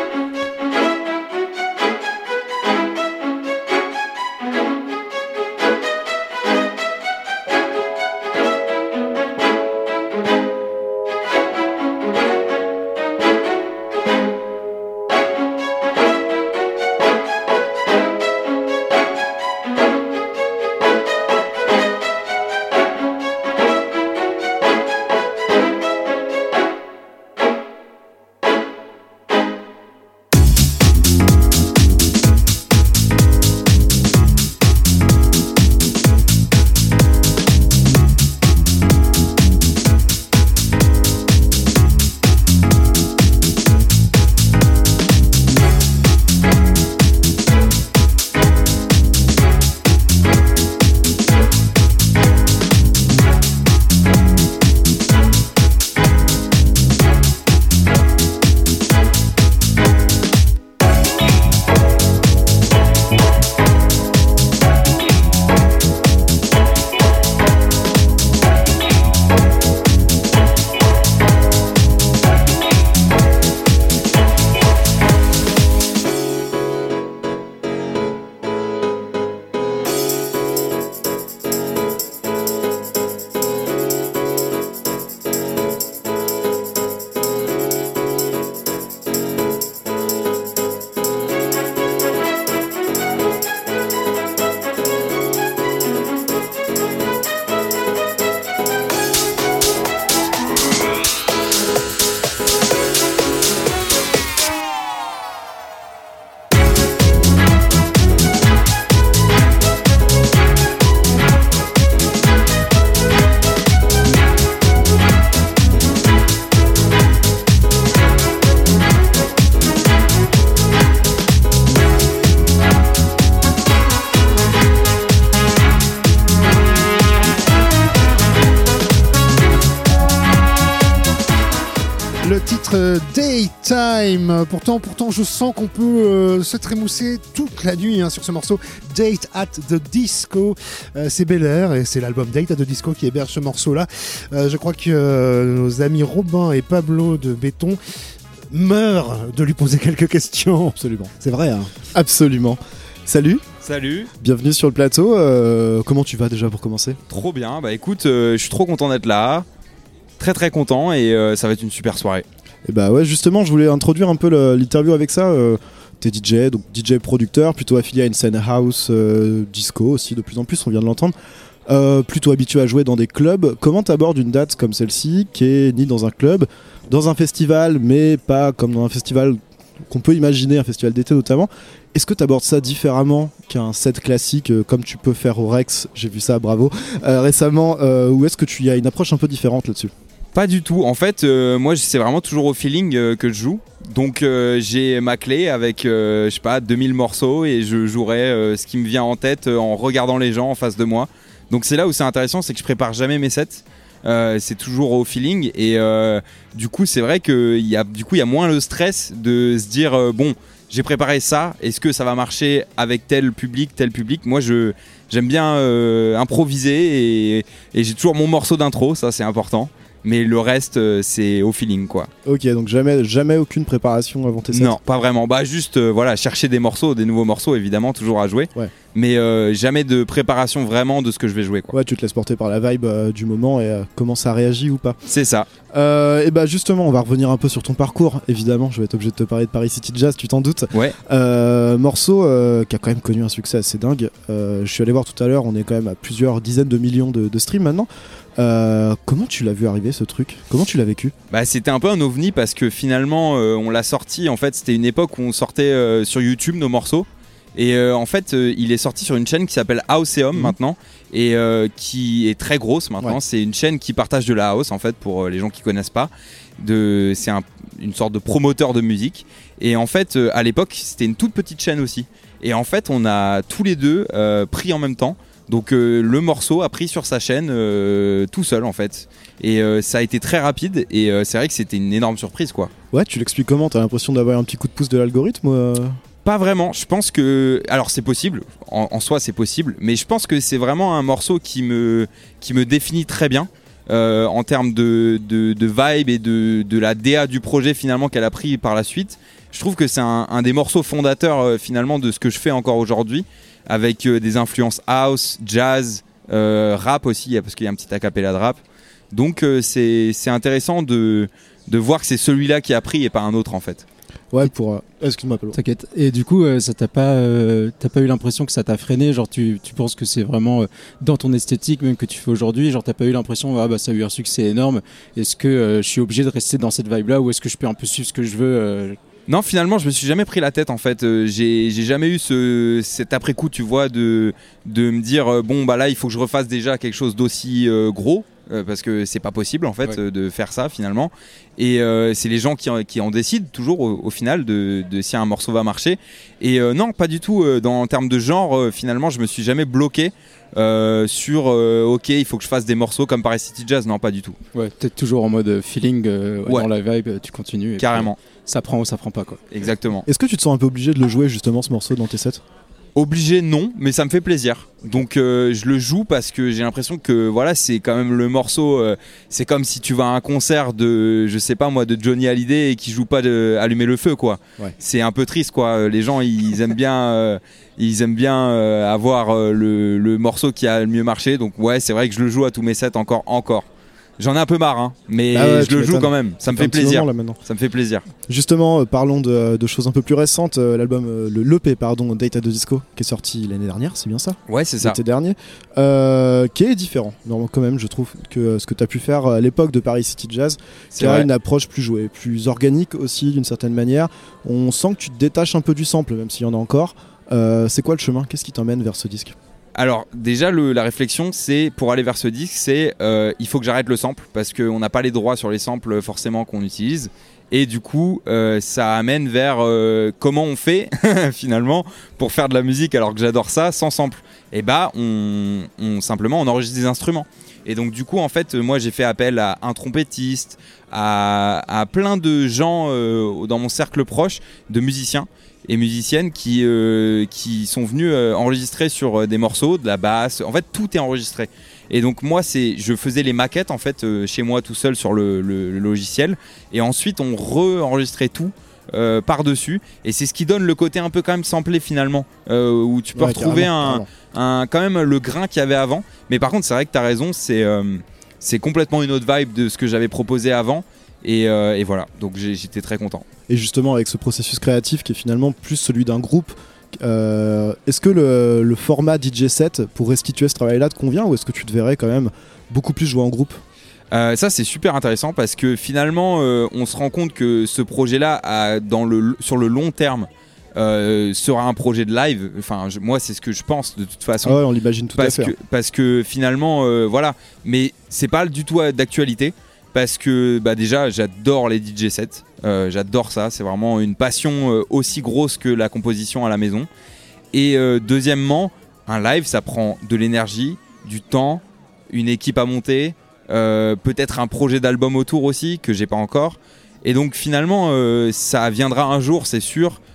Daytime. Pourtant, pourtant, je sens qu'on peut euh, se trémousser toute la nuit hein, sur ce morceau Date at the Disco. Euh, c'est Bel Air et c'est l'album Date at the Disco qui héberge ce morceau-là. Euh, je crois que euh, nos amis Robin et Pablo de Béton meurent de lui poser quelques questions. Absolument. C'est vrai. Hein. Absolument. Salut. Salut. Bienvenue sur le plateau. Euh, comment tu vas déjà pour commencer ? Trop bien. Bah écoute, euh, je suis trop content d'être là. Très très content et euh, ça va être une super soirée. Et bah ouais, justement, je voulais introduire un peu le, l'interview avec ça. Euh, t'es D J, donc D J producteur, plutôt affilié à une scène house, euh, disco aussi de plus en plus, on vient de l'entendre. Euh, plutôt habitué à jouer dans des clubs. Comment t'abordes une date comme celle-ci, qui est ni dans un club, dans un festival, mais pas comme dans un festival qu'on peut imaginer, un festival d'été notamment. Est-ce que tu abordes ça différemment qu'un set classique, euh, comme tu peux faire au Rex, j'ai vu ça, bravo, euh, récemment, euh, ou est-ce que tu y as une approche un peu différente là-dessus ? Pas du tout. En fait, euh, moi, c'est vraiment toujours au feeling euh, que je joue. Donc, euh, j'ai ma clé avec, euh, je sais pas, deux mille morceaux et je jouerai euh, ce qui me vient en tête euh, en regardant les gens en face de moi. Donc, c'est là où c'est intéressant, c'est que je prépare jamais mes sets. Euh, c'est toujours au feeling et euh, du coup, c'est vrai qu'il y a, du coup, il y a moins le stress de se dire euh, bon. j'ai préparé ça, est-ce que ça va marcher avec tel public, tel public. Moi je, j'aime bien euh, improviser et, et j'ai toujours mon morceau d'intro, ça c'est important. Mais le reste, euh, c'est au feeling, quoi. Ok, donc jamais, jamais aucune préparation avant tes sets. Non, pas vraiment. Bah juste, euh, voilà, chercher des morceaux, des nouveaux morceaux, évidemment, toujours à jouer. Ouais. Mais euh, jamais de préparation vraiment de ce que je vais jouer, quoi. Ouais, tu te laisses porter par la vibe euh, du moment et euh, comment ça réagit ou pas. C'est ça. Euh, et bah justement, on va revenir un peu sur ton parcours. Évidemment, je vais être obligé de te parler de Paris City Jazz, tu t'en doutes. Ouais. Euh, morceau euh, qui a quand même connu un succès assez dingue. Euh, je suis allé voir tout à l'heure, on est quand même à plusieurs dizaines de millions de, de streams maintenant. Euh, comment tu l'as vu arriver ce truc? Comment tu l'as vécu? Bah c'était un peu un ovni parce que finalement euh, on l'a sorti, en fait c'était une époque où on sortait euh, sur YouTube nos morceaux et euh, en fait euh, il est sorti sur une chaîne qui s'appelle Houseum mmh. maintenant et euh, qui est très grosse maintenant. Ouais. C'est une chaîne qui partage de la house en fait pour euh, les gens qui connaissent pas. De, c'est un, une sorte de promoteur de musique et en fait euh, à l'époque c'était une toute petite chaîne aussi et en fait on a tous les deux euh, pris en même temps. Donc euh, le morceau a pris sur sa chaîne euh, tout seul en fait et euh, ça a été très rapide et euh, c'est vrai que c'était une énorme surprise quoi. Ouais, tu l'expliques comment? T'as l'impression d'avoir un petit coup de pouce de l'algorithme euh... Pas vraiment, je pense que... Alors c'est possible, en, en soi c'est possible, mais je pense que c'est vraiment un morceau qui me, qui me définit très bien euh, en termes de, de, de vibe et de, de la D A du projet finalement qu'elle a pris par la suite. Je trouve que c'est un, un des morceaux fondateurs euh, finalement de ce que je fais encore aujourd'hui, avec euh, des influences house, jazz, euh, rap aussi, parce qu'il y a un petit acapella de rap. Donc euh, c'est, c'est intéressant de, de voir que c'est celui-là qui a pris et pas un autre en fait. Ouais, pour... Euh... Excuse-moi, Palo. T'inquiète. Et du coup, euh, ça t'a pas, euh, t'as pas eu l'impression que ça t'a freiné? Genre, tu, tu penses que c'est vraiment euh, dans ton esthétique même que tu fais aujourd'hui? Genre, t'as pas eu l'impression, ah bah ça a eu un succès énorme. Est-ce que euh, je suis obligé de rester dans cette vibe-là ou est-ce que je peux un peu suivre ce que je veux euh... Non, finalement, je me suis jamais pris la tête en fait. Euh, j'ai, j'ai jamais eu ce, cet après-coup, tu vois, de, de me dire euh, bon bah là, il faut que je refasse déjà quelque chose d'aussi euh, gros. Euh, parce que c'est pas possible en fait ouais. euh, de faire ça finalement et euh, c'est les gens qui en, qui en décident toujours au, au final de, de si un morceau va marcher et euh, non pas du tout euh, dans, en termes de genre euh, finalement je me suis jamais bloqué euh, sur euh, ok il faut que je fasse des morceaux comme Paris City Jazz, non pas du tout. Ouais, peut-être toujours en mode feeling euh, ouais. Dans la vibe tu continues et carrément puis, ça prend ou ça prend pas quoi. Exactement. Est-ce que tu te sens un peu obligé de le jouer justement ce morceau dans tes sets? Obligé non, mais ça me fait plaisir. Donc euh, je le joue parce que j'ai l'impression que voilà, c'est quand même le morceau. Euh, c'est comme si tu vas à un concert de, je sais pas moi, de Johnny Hallyday et qui joue pas de Allumer le feu quoi. Ouais. C'est un peu triste quoi. Les gens ils aiment bien, euh, ils aiment bien euh, avoir euh, le, le morceau qui a le mieux marché. Donc ouais, c'est vrai que je le joue à tous mes sets encore, encore. J'en ai un peu marre, hein, mais ah ouais, je le joue quand même. Ça me fait plaisir. Là, ça me fait plaisir. Justement, euh, parlons de, de choses un peu plus récentes. Euh, l'album, euh, le l'E P, pardon, Date at the Disco, qui est sorti l'année dernière, c'est bien ça? Ouais, c'est ça. L'été dernier, euh, qui est différent. Non, quand même, je trouve que euh, ce que tu as pu faire à l'époque de Paris City Jazz, qui a une approche plus jouée, plus organique aussi, d'une certaine manière. On sent que tu te détaches un peu du sample, même s'il y en a encore. Euh, c'est quoi le chemin? Qu'est-ce qui t'emmène vers ce disque? Alors déjà le, la réflexion c'est pour aller vers ce disque c'est euh, il faut que j'arrête le sample parce qu'on n'a pas les droits sur les samples forcément qu'on utilise et du coup euh, ça amène vers euh, comment on fait finalement pour faire de la musique alors que j'adore ça sans sample. Et bah on, on simplement on enregistre des instruments et donc du coup en fait moi j'ai fait appel à un trompettiste, à, à plein de gens euh, dans mon cercle proche de musiciens et musiciennes qui, euh, qui sont venus euh, enregistrer sur euh, des morceaux, de la basse, en fait tout est enregistré. Et donc moi c'est, je faisais les maquettes en fait euh, chez moi tout seul sur le, le, le logiciel et ensuite on re-enregistrait tout euh, par-dessus et c'est ce qui donne le côté un peu quand même samplé finalement euh, où tu peux ouais, retrouver un, un, quand même le grain qu'il y avait avant. Mais par contre c'est vrai que tu as raison, c'est, euh, c'est complètement une autre vibe de ce que j'avais proposé avant. Et, euh, et voilà, donc j'ai, j'étais très content. Et justement avec ce processus créatif qui est finalement plus celui d'un groupe, euh, est-ce que le, le format D J set pour restituer ce travail-là te convient ou est-ce que tu te verrais quand même beaucoup plus jouer en groupe? Euh, ça c'est super intéressant parce que finalement euh, on se rend compte que ce projet-là a, dans le, sur le long terme euh, sera un projet de live. Enfin je, moi c'est ce que je pense de toute façon. Ah ouais, on l'imagine tout parce à fait. Que, parce que finalement euh, voilà, mais c'est pas du tout d'actualité. Parce que bah déjà j'adore les D J sets, euh, j'adore ça, c'est vraiment une passion euh, aussi grosse que la composition à la maison. Et euh, deuxièmement, un live ça prend de l'énergie, du temps, une équipe à monter, euh, peut-être un projet d'album autour aussi que j'ai pas encore. Et donc finalement euh, ça viendra un jour c'est sûr,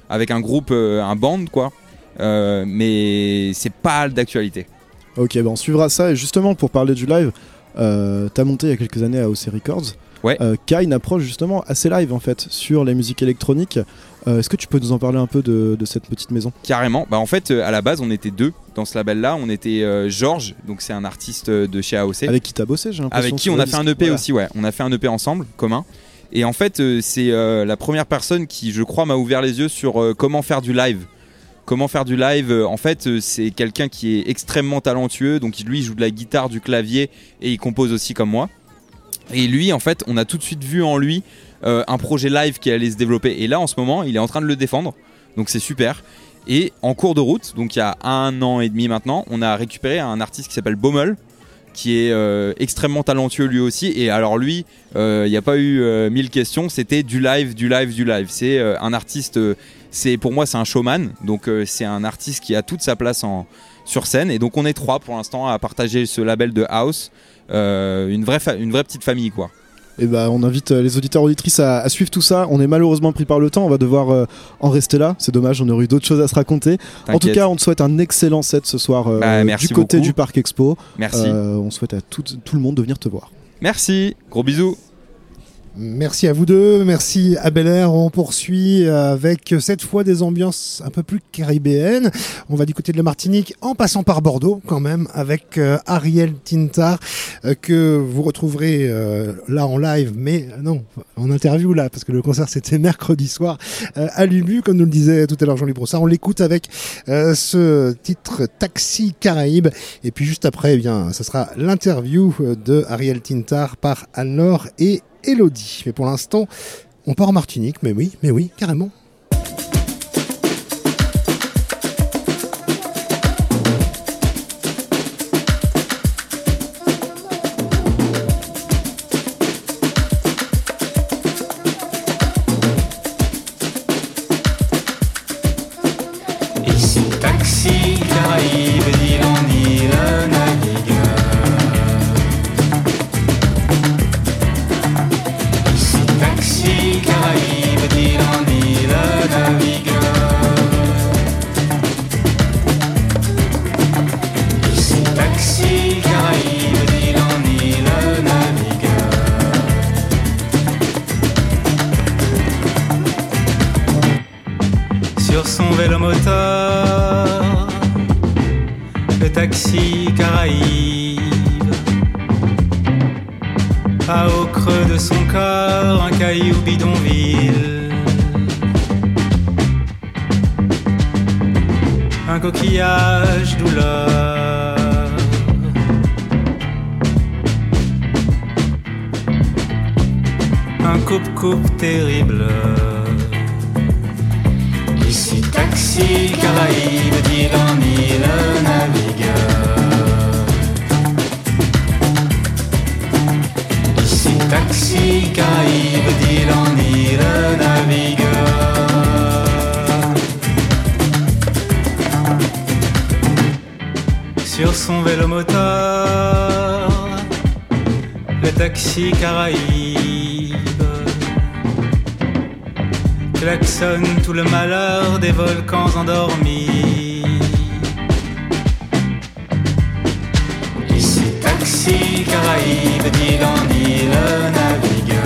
avec un groupe, euh, un band quoi. Euh, mais c'est pas d'actualité. Ok, bah on suivra ça. Et justement, pour parler du live, euh, t'as monté il y a quelques années à A O C Records. Ouais. Euh, qui a une approche justement assez live en fait sur les musiques électroniques. Euh, est-ce que tu peux nous en parler un peu de, de cette petite maison ? Carrément. Bah en fait, euh, à la base, on était deux dans ce label-là. On était euh, Georges, donc c'est un artiste de chez A O C. Avec qui t'as bossé, j'ai l'impression. Avec qui on a fait un E P voilà. aussi, ouais. On a fait un E P ensemble, commun. Et en fait, euh, c'est euh, la première personne qui, je crois, m'a ouvert les yeux sur euh, comment faire du live. Comment faire du live, euh, en fait, euh, c'est quelqu'un qui est extrêmement talentueux. Donc lui, il joue de la guitare, du clavier et il compose aussi comme moi. Et lui, en fait, on a tout de suite vu en lui euh, un projet live qui allait se développer. Et là, en ce moment, il est en train de le défendre. Donc c'est super. Et en cours de route, donc il y a un an et demi maintenant, on a récupéré un artiste qui s'appelle Baumel, qui est euh, extrêmement talentueux lui aussi. Et alors lui, il euh, n'y a pas eu euh, mille questions, c'était du live, du live, du live. C'est euh, un artiste, euh, c'est, pour moi c'est un showman. Donc euh, c'est un artiste qui a toute sa place en, sur scène. Et donc on est trois pour l'instant à partager ce label de house. Euh, une, vraie fa- une vraie petite famille quoi. Et bah on invite les auditeurs auditrices à, à suivre tout ça. On est malheureusement pris par le temps, on va devoir euh, en rester là. C'est dommage, on aurait eu d'autres choses à se raconter. T'inquiète. En tout cas, on te souhaite un excellent set ce soir euh, bah, du côté beaucoup. du Parc Expo. Merci. Euh, on souhaite à tout, tout le monde de venir te voir. Merci, gros bisous. Merci à vous deux, merci à Bel Air. On poursuit avec cette fois des ambiances un peu plus caribéennes. On va du côté de la Martinique en passant par Bordeaux quand même avec euh, Ariel Tintar euh, que vous retrouverez euh, là en live, mais non, en interview là parce que le concert c'était mercredi soir euh, à l'Ubu comme nous le disait tout à l'heure Jean-Louis Brossard. On l'écoute avec euh, ce titre Taxi Caraïbes et puis juste après eh bien ça sera l'interview de Ariel Tintar par Anne-Laure et Elodie. Mais pour l'instant, on part en Martinique, mais oui, mais oui, carrément. Ici Taxi Caraïbes, d'île en île navigue. Taxi Caraïbes, d'île en île navigue. Ici Taxi Caraïbes, d'île en île navigue. Sur son vélo moteur, le taxi Caraïbes a au creux de son corps un caillou bidonville, un coquillage douleur, un coupe-coupe terrible. Ici Taxi Caraïbes, d'île en île navigue. Taxi Caraïbes, d'île en île navigue. Sur son vélo moteur, le taxi Caraïbes klaxonne tout le malheur des volcans endormis. Ici Taxi Caraïbes, d'île en île navigue.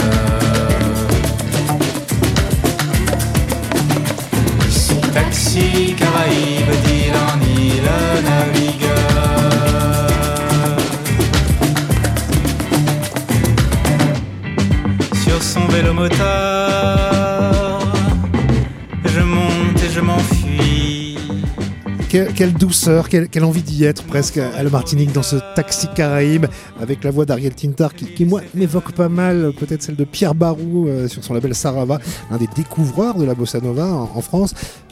Ici Taxi Caraïbes, d'île en île navigue. Sur son vélo moteur, je monte et je m'enfuis. Quelle, quelle douceur, quelle, quelle envie d'y être presque à la Martinique dans ce Taxi Caraïbes avec la voix d'Ariel Tintar qui, qui moi m'évoque pas mal peut-être celle de Pierre Barou euh, sur son label Sarava, un des découvreurs de la bossa nova en, en France.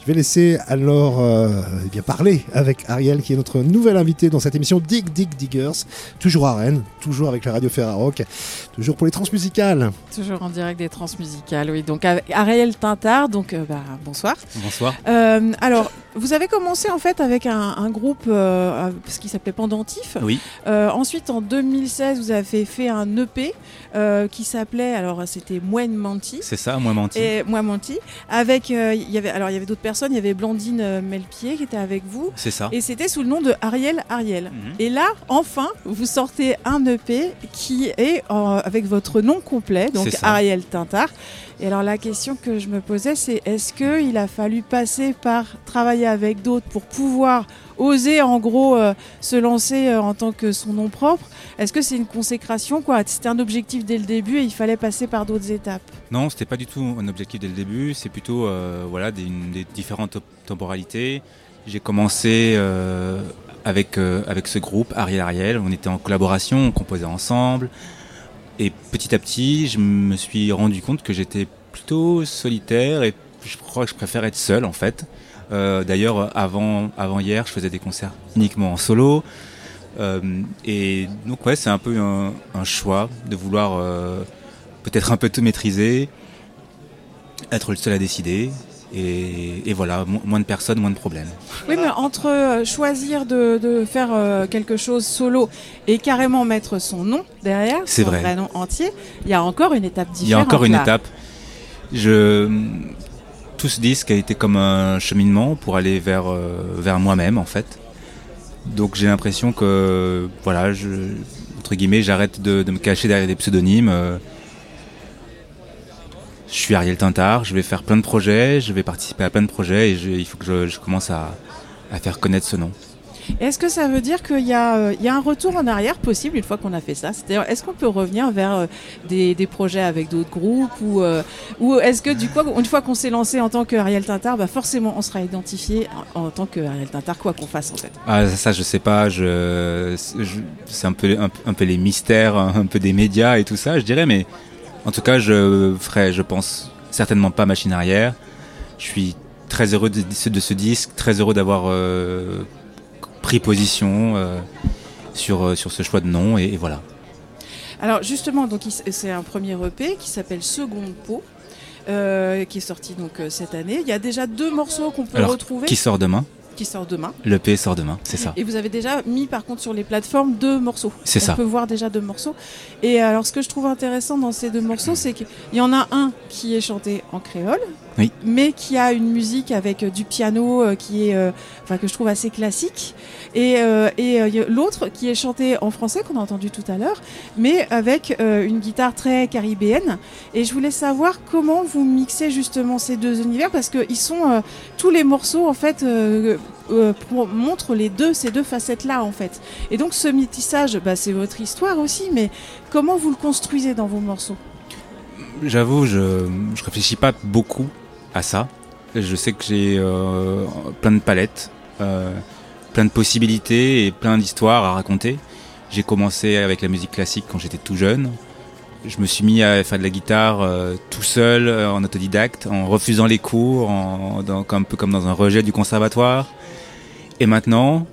Je vais laisser alors euh, eh bien parler avec Ariel, qui est notre nouvelle invitée dans cette émission Dig Dig Diggers, toujours à Rennes, toujours avec la radio Ferrarock, toujours pour les transmusicales. Toujours en direct des transmusicales, oui. Donc avec Ariel Tintard, donc euh, bah, bonsoir. Bonsoir. Euh, alors, vous avez commencé en fait avec un, un groupe euh, ce qui s'appelait Pendentif. Oui. Euh, ensuite, en deux mille seize, vous avez fait un E P euh, qui s'appelait, alors c'était Moine Menti. C'est ça, Moi Menti. Et Moi Menti. Avec, il euh, y avait, alors il y avait d'autres personnes. Il y avait Blandine euh, Melpier qui était avec vous. C'est ça. Et c'était sous le nom de Ariel Ariel. Mhm. Et là, enfin, vous sortez un E P qui est euh, avec votre nom complet, donc C'est ça. Ariel Tintard. Et alors la question que je me posais, c'est est-ce qu'il a fallu passer par travailler avec d'autres pour pouvoir oser en gros euh, se lancer euh, en tant que son nom propre? Est-ce que c'est une consécration, quoi? C'était un objectif dès le début et il fallait passer par d'autres étapes? Non, c'était pas du tout un objectif dès le début. C'est plutôt euh, voilà, des, une- des différentes op- temporalités. J'ai commencé euh, avec, euh, avec ce groupe, Ariel Ariel. On était en collaboration, on composait ensemble. Et petit à petit, je me suis rendu compte que j'étais plutôt solitaire et je crois que je préfère être seul en fait. Euh, D'ailleurs, avant, avant hier, je faisais des concerts uniquement en solo. Euh, et donc ouais, c'est un peu un, un choix de vouloir euh, peut-être un peu tout maîtriser, être le seul à décider. Et, et voilà, mo- moins de personnes, moins de problèmes. Oui, mais entre euh, choisir de, de faire euh, quelque chose solo et carrément mettre son nom derrière, C'est son vrai. nom entier, il y a encore une étape différente. Il y a encore une là. étape. Je... Tout ce disque a été comme un cheminement pour aller vers, euh, vers moi-même en fait. Donc j'ai l'impression que, voilà, je, entre guillemets, j'arrête de, de me cacher derrière des pseudonymes. euh. Je suis Ariel Tintard, je vais faire plein de projets, je vais participer à plein de projets et je- il faut que je, je commence à, à faire connaître ce nom. Est-ce que ça veut dire qu'il y, euh, il y a un retour en arrière possible une fois qu'on a fait ça? C'est-à-dire, est-ce qu'on peut revenir vers euh, des, des projets avec d'autres groupes ou, euh, ou est-ce que du coup, une fois qu'on s'est lancé en tant que Ariel Tintard, bah forcément on sera identifié en, en tant que Ariel Tintard, quoi qu'on fasse en fait? Ah, ça, je sais pas. Je, je- c'est un peu, un, un peu les mystères, un peu des médias et tout ça, je dirais. Mais en tout cas, je ferai, je pense, certainement pas machine arrière. Je suis très heureux de, de ce disque, très heureux d'avoir euh, pris position euh, sur, euh, sur ce choix de nom. Et, et voilà. Alors justement, donc il s- c'est un premier E P qui s'appelle Seconde Peau, euh, qui est sorti donc euh, cette année. Il y a déjà deux morceaux qu'on peut Alors, retrouver qui sort demain? qui sortent demain. Le P sort demain, c'est ça. Et vous avez déjà mis par contre sur les plateformes deux morceaux. C'est On ça. peut voir déjà deux morceaux. Et alors ce que je trouve intéressant dans ces deux morceaux, c'est qu'il y en a un qui est chanté en créole, Oui. mais qui a une musique avec euh, du piano euh, qui est, euh, enfin que je trouve assez classique. Et, euh, et euh, y a l'autre qui est chanté en français qu'on a entendu tout à l'heure, mais avec euh, une guitare très caribéenne. Et je voulais savoir comment vous mixez justement ces deux univers, parce que ils sont euh, tous les morceaux en fait. Euh, euh, pour- montrent les deux, ces deux facettes-là en fait. Et donc ce métissage, bah, c'est votre histoire aussi, mais comment vous le construisez dans vos morceaux? J'avoue, je je réfléchis pas beaucoup à ça. Je sais que j'ai euh, plein de palettes, euh, plein de possibilités et plein d'histoires à raconter. J'ai commencé avec la musique classique quand j'étais tout jeune. Je me suis mis à faire de la guitare euh, tout seul, euh, en autodidacte, en refusant les cours, en, dans, un peu comme dans un rejet du conservatoire. Et maintenant,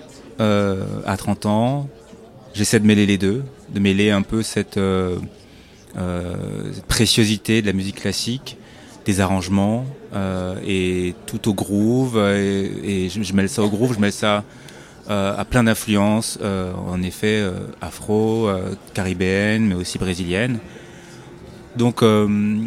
euh, à trente ans, j'essaie de mêler les deux, de mêler un peu cette, euh, euh, cette préciosité de la musique classique, des arrangements euh, et tout au groove. Et, et je, je mêle ça au groove, je mêle ça euh, à plein d'influences, euh, en effet euh, afro, euh, caribéenne, mais aussi brésilienne. Donc euh,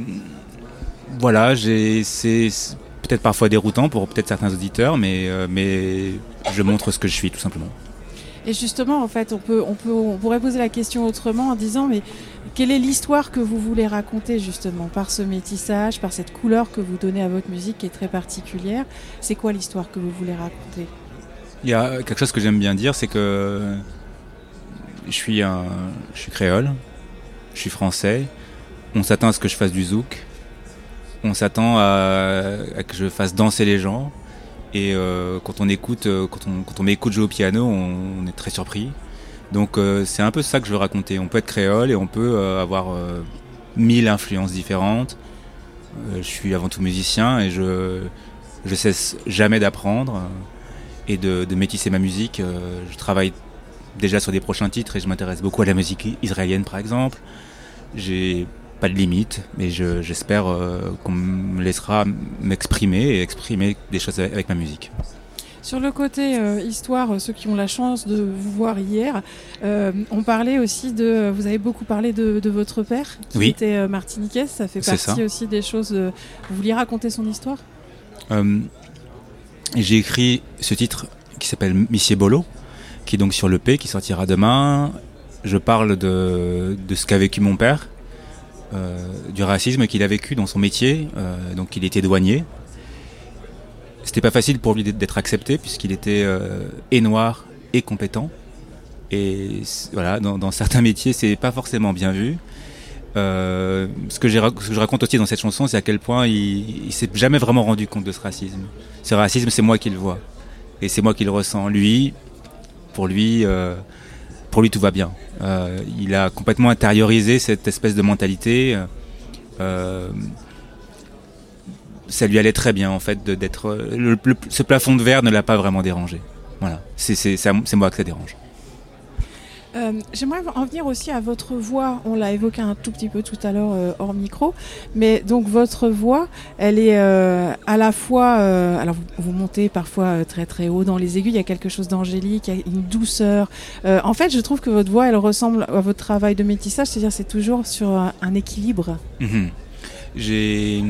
voilà, j'ai, c'est c'est peut-être parfois déroutant pour peut-être certains auditeurs, mais, euh, mais je montre ce que je suis tout simplement. Et justement, en fait, on peut, on peut, on pourrait poser la question autrement en disant, mais quelle est l'histoire que vous voulez raconter justement par ce métissage, par cette couleur que vous donnez à votre musique qui est très particulière? C'est quoi l'histoire que vous voulez raconter? Il y a quelque chose que j'aime bien dire, c'est que je suis un, je suis créole, je suis français. On s'attend à ce que je fasse du zouk. On s'attend à, à que je fasse danser les gens. Et euh, quand on écoute, euh, quand on, quand on m'écoute jouer au piano, on, on est très surpris. Donc euh, c'est un peu ça que je veux raconter. On peut être créole et on peut euh, avoir euh, mille influences différentes. Euh, je suis avant tout musicien et je, je cesse jamais d'apprendre euh, et de, de métisser ma musique. Euh, je travaille déjà sur des prochains titres et je m'intéresse beaucoup à la musique israélienne par exemple. J'ai pas de limite, mais je, j'espère euh, qu'on me laissera m'exprimer et exprimer des choses avec, avec ma musique. Sur le côté euh, histoire, ceux qui ont la chance de vous voir hier, euh, on parlait aussi de, vous avez beaucoup parlé de, de votre père qui oui. était euh, martiniquais, ça fait C'est partie ça. aussi des choses, euh, vous vouliez raconter son histoire ? euh, J'ai écrit ce titre qui s'appelle Monsieur Bolo, qui est donc sur l'E P, qui sortira demain. Je parle de, de ce qu'a vécu mon père, euh, du racisme qu'il a vécu dans son métier. Euh, donc il était douanier. C'était pas facile pour lui d'être accepté puisqu'il était euh, et noir et compétent. Et voilà, dans, dans certains métiers, c'est pas forcément bien vu. Euh, ce, que j'ai, ce que je raconte aussi dans cette chanson, c'est à quel point il, il s'est jamais vraiment rendu compte de ce racisme. Ce racisme, c'est moi qui le vois. Et c'est moi qui le ressens. Lui, pour lui... Euh, Pour lui, tout va bien. Euh, il a complètement intériorisé cette espèce de mentalité. Euh, ça lui allait très bien, en fait, de, d'être. Le, le, ce plafond de verre ne l'a pas vraiment dérangé. Voilà. C'est, c'est, c'est, c'est moi que ça dérange. Euh, j'aimerais en venir aussi à votre voix. On l'a évoqué un tout petit peu tout à l'heure euh, hors micro, mais donc votre voix, elle est euh, à la fois. Euh, alors vous, vous montez parfois euh, très très haut dans les aigus. Il y a quelque chose d'angélique, il y a une douceur. Euh, en fait, je trouve que votre voix, elle ressemble à votre travail de métissage, c'est-à-dire c'est toujours sur un, un équilibre. Mmh. J'ai,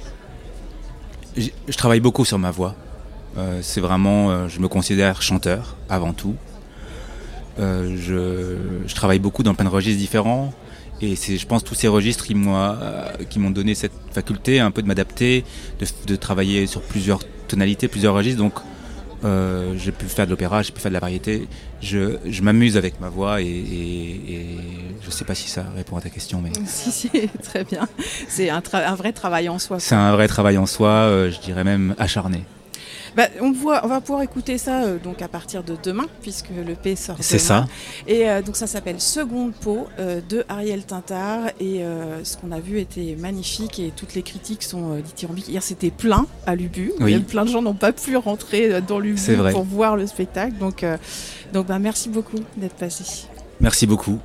j'ai, je travaille beaucoup sur ma voix. Euh, c'est vraiment, euh, je me considère chanteur avant tout. Euh, je, je travaille beaucoup dans plein de registres différents et c'est, je pense, tous ces registres qui m'ont, euh, qui m'ont donné cette faculté un peu de m'adapter, de, de travailler sur plusieurs tonalités, plusieurs registres. Donc, euh, j'ai pu faire de l'opéra, j'ai pu faire de la variété. Je, je m'amuse avec ma voix et, et, et je ne sais pas si ça répond à ta question, mais Si, si, très bien. C'est un, tra- un vrai travail en soi. C'est un vrai travail en soi, euh, je dirais même acharné. Bah, on, voit, on va pouvoir écouter ça euh, donc à partir de demain, puisque le P sort C'est demain. ça. Et euh, donc ça s'appelle Seconde Peau euh, de Ariel Tintard. Et euh, ce qu'on a vu était magnifique et toutes les critiques sont euh, dithyrambiques. Hier c'était plein à l'Ubu. Oui. Même plein de gens n'ont pas pu rentrer euh, dans l'Ubu C'est vrai. pour voir le spectacle. Donc, euh, donc bah, merci beaucoup d'être passé. Merci beaucoup.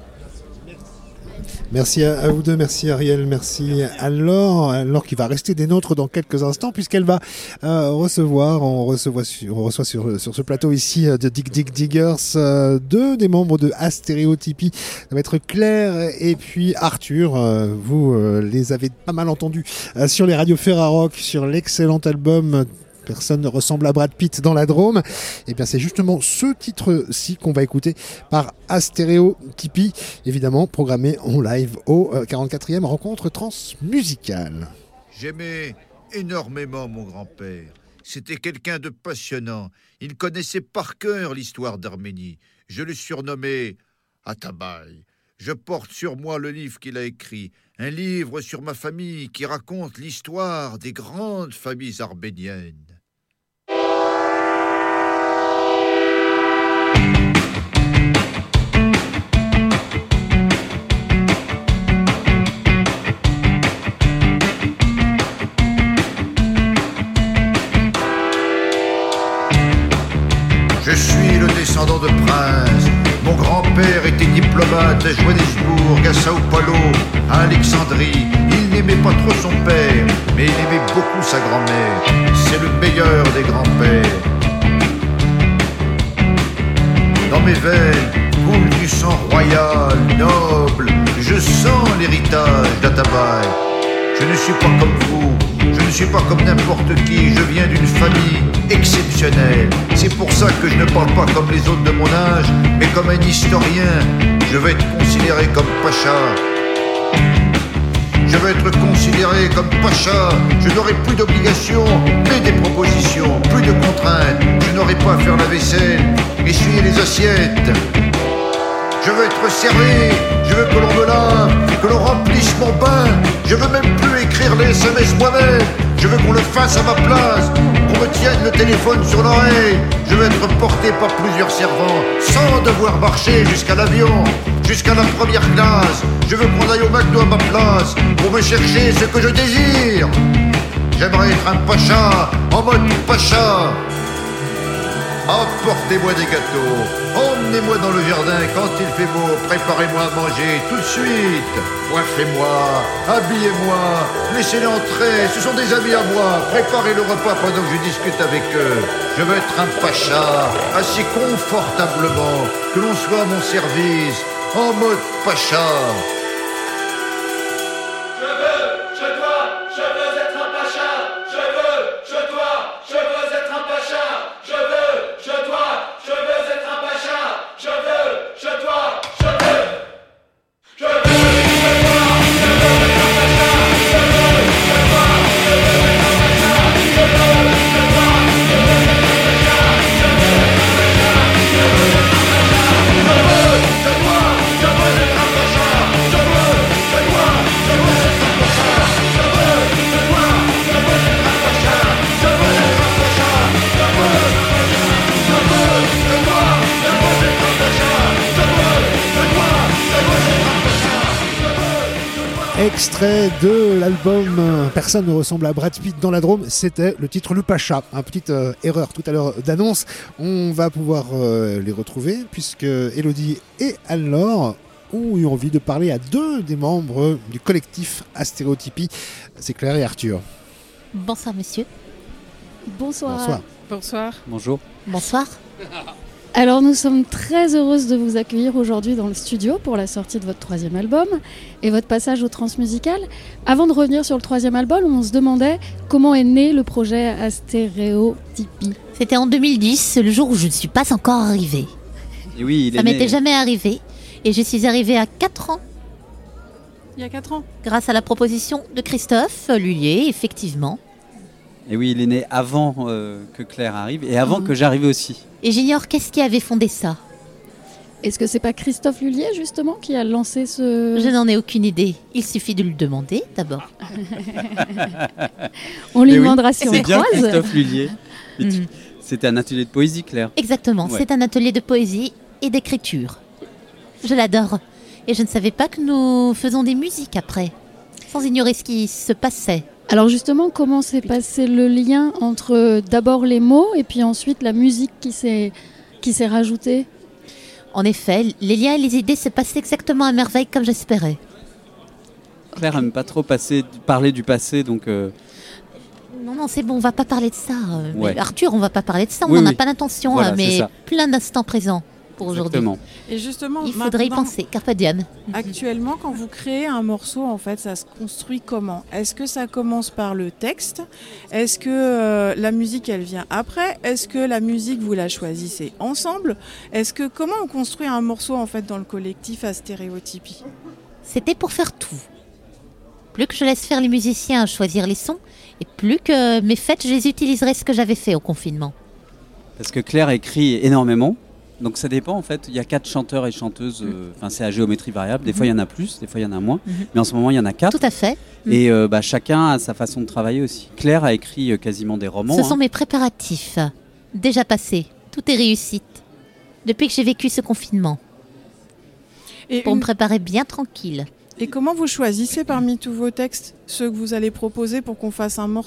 Merci à, à vous deux, merci Ariel, merci à Laure, Laure qui va rester des nôtres dans quelques instants puisqu'elle va euh, recevoir, on reçoit, sur, on reçoit sur, sur ce plateau ici de Dig Dig Diggers euh, deux des membres de Astéréotypie. Ça va être Claire et puis Arthur. Euh, vous euh, les avez pas mal entendus euh, sur les radios Ferrarock, sur l'excellent album Personne ne ressemble à Brad Pitt dans la Drôme. Et bien c'est justement ce titre-ci qu'on va écouter par Astéréotypie, évidemment programmé en live au quarante-quatrième rencontre transmusicale. J'aimais énormément mon grand-père. C'était quelqu'un de passionnant. Il connaissait par cœur l'histoire d'Arménie. Je le surnommais Atabaï. Je porte sur moi le livre qu'il a écrit, un livre sur ma famille qui raconte l'histoire des grandes familles arméniennes. Je suis le descendant de princes. Mon grand-père était diplomate à Johannesburg, à Sao Paulo, à Alexandrie. Il n'aimait pas trop son père, mais il aimait beaucoup sa grand-mère. C'est le meilleur des grands-pères. Dans mes veines coule du sang royal, noble. Je sens l'héritage d'Atabaï. Je ne suis pas comme vous, je ne suis pas comme n'importe qui. Je viens d'une famille exceptionnelle. C'est pour ça que je ne parle pas comme les autres de mon âge, mais comme un historien. Je vais être considéré comme pacha. Je vais être considéré comme pacha. Je n'aurai plus d'obligations, mais des propositions, plus de contraintes. Je n'aurai pas à faire la vaisselle, essuyer les assiettes. Je veux être servi, je veux que l'on me lave, que l'on remplisse mon bain. Je veux même plus écrire les S M S moi-même. Je veux qu'on le fasse à ma place, qu'on me tienne le téléphone sur l'oreille. Je veux être porté par plusieurs servants, sans devoir marcher jusqu'à l'avion, jusqu'à la première classe. Je veux qu'on aille au McDo à ma place, pour me chercher ce que je désire. J'aimerais être un pacha, en mode pacha. Apportez-moi des gâteaux, emmenez-moi dans le jardin quand il fait beau, préparez-moi à manger tout de suite. Coiffez-moi, habillez-moi, laissez-les entrer, ce sont des amis à moi. Préparez le repas pendant que je discute avec eux. Je veux être un pacha, assis confortablement, que l'on soit à mon service, en mode pacha. Extrait de l'album Personne ne ressemble à Brad Pitt dans la Drôme, c'était le titre Le Pacha. Un petite euh, erreur tout à l'heure d'annonce. On va pouvoir euh, les retrouver puisque Elodie et Anne-Laure ont eu envie de parler à deux des membres du collectif Astéréotypie. C'est Claire et Arthur. Bonsoir monsieur. Bonsoir. Bonsoir. Bonsoir. Bonjour. Bonsoir. Alors nous sommes très heureuses de vous accueillir aujourd'hui dans le studio pour la sortie de votre troisième album et votre passage au Transmusical. Avant de revenir sur le troisième album, on se demandait comment est né le projet Astéréotypie. C'était en deux mille dix, le jour où je ne suis pas encore arrivée. Et oui, il Ça est m'était né... jamais arrivé et je suis arrivée à quatre ans. Il y a quatre ans. Grâce à la proposition de Christophe Lullier, effectivement. Et oui, il est né avant euh, que Claire arrive et avant mmh. que j'arrive aussi. Et j'ignore qu'est-ce qui avait fondé ça. Est-ce que c'est pas Christophe Lullier justement qui a lancé ce... Je n'en ai aucune idée. Il suffit de le demander d'abord. On lui Mais demandera oui, si on c'est bien croise. Christophe Lullier. Mmh. C'était un atelier de poésie, Claire. Exactement, Ouais. c'est un atelier de poésie et d'écriture. Je l'adore. Et je ne savais pas que nous faisons des musiques après, sans ignorer ce qui se passait. Alors justement, comment s'est passé le lien entre d'abord les mots et puis ensuite la musique qui s'est, qui s'est rajoutée ? En effet, les liens et les idées se passaient exactement à merveille comme j'espérais. Claire n'aime pas trop passer, parler du passé, donc... Euh... Non, non, c'est bon, on va pas parler de ça. Euh, Ouais. mais Arthur, on va pas parler de ça, on Oui, n'en a oui. pas l'intention, Voilà, euh, c'est mais ça. plein d'instants présents pour aujourd'hui. Exactement. Et justement, Il faudrait y maintenant, penser, carpe diem. Actuellement, quand vous créez un morceau, en fait, ça se construit comment ? Est-ce que ça commence par le texte ? Est-ce que euh, la musique, elle vient après ? Est-ce que la musique, vous la choisissez ensemble ? Est-ce que comment on construit un morceau, en fait, dans le collectif Astéréotypie ? C'était pour faire tout. Plus que je laisse faire les musiciens choisir les sons, et plus que mes fêtes, je les utiliserai ce que j'avais fait au confinement. Parce que Claire écrit énormément. Donc ça dépend en fait, il y a quatre chanteurs et chanteuses, enfin euh, c'est à géométrie variable, des fois il y en a plus, des fois il y en a moins, Mhm. mais en ce moment il y en a quatre. Tout à fait. Et euh, bah, chacun a sa façon de travailler aussi. Claire a écrit euh, quasiment des romans. Ce hein. sont mes préparatifs, déjà passés. Tout est réussite. Depuis que j'ai vécu ce confinement. Et Pour une- me préparer bien tranquille. Et comment vous choisissez parmi tous vos textes ceux que vous allez proposer pour qu'on fasse un morceau ?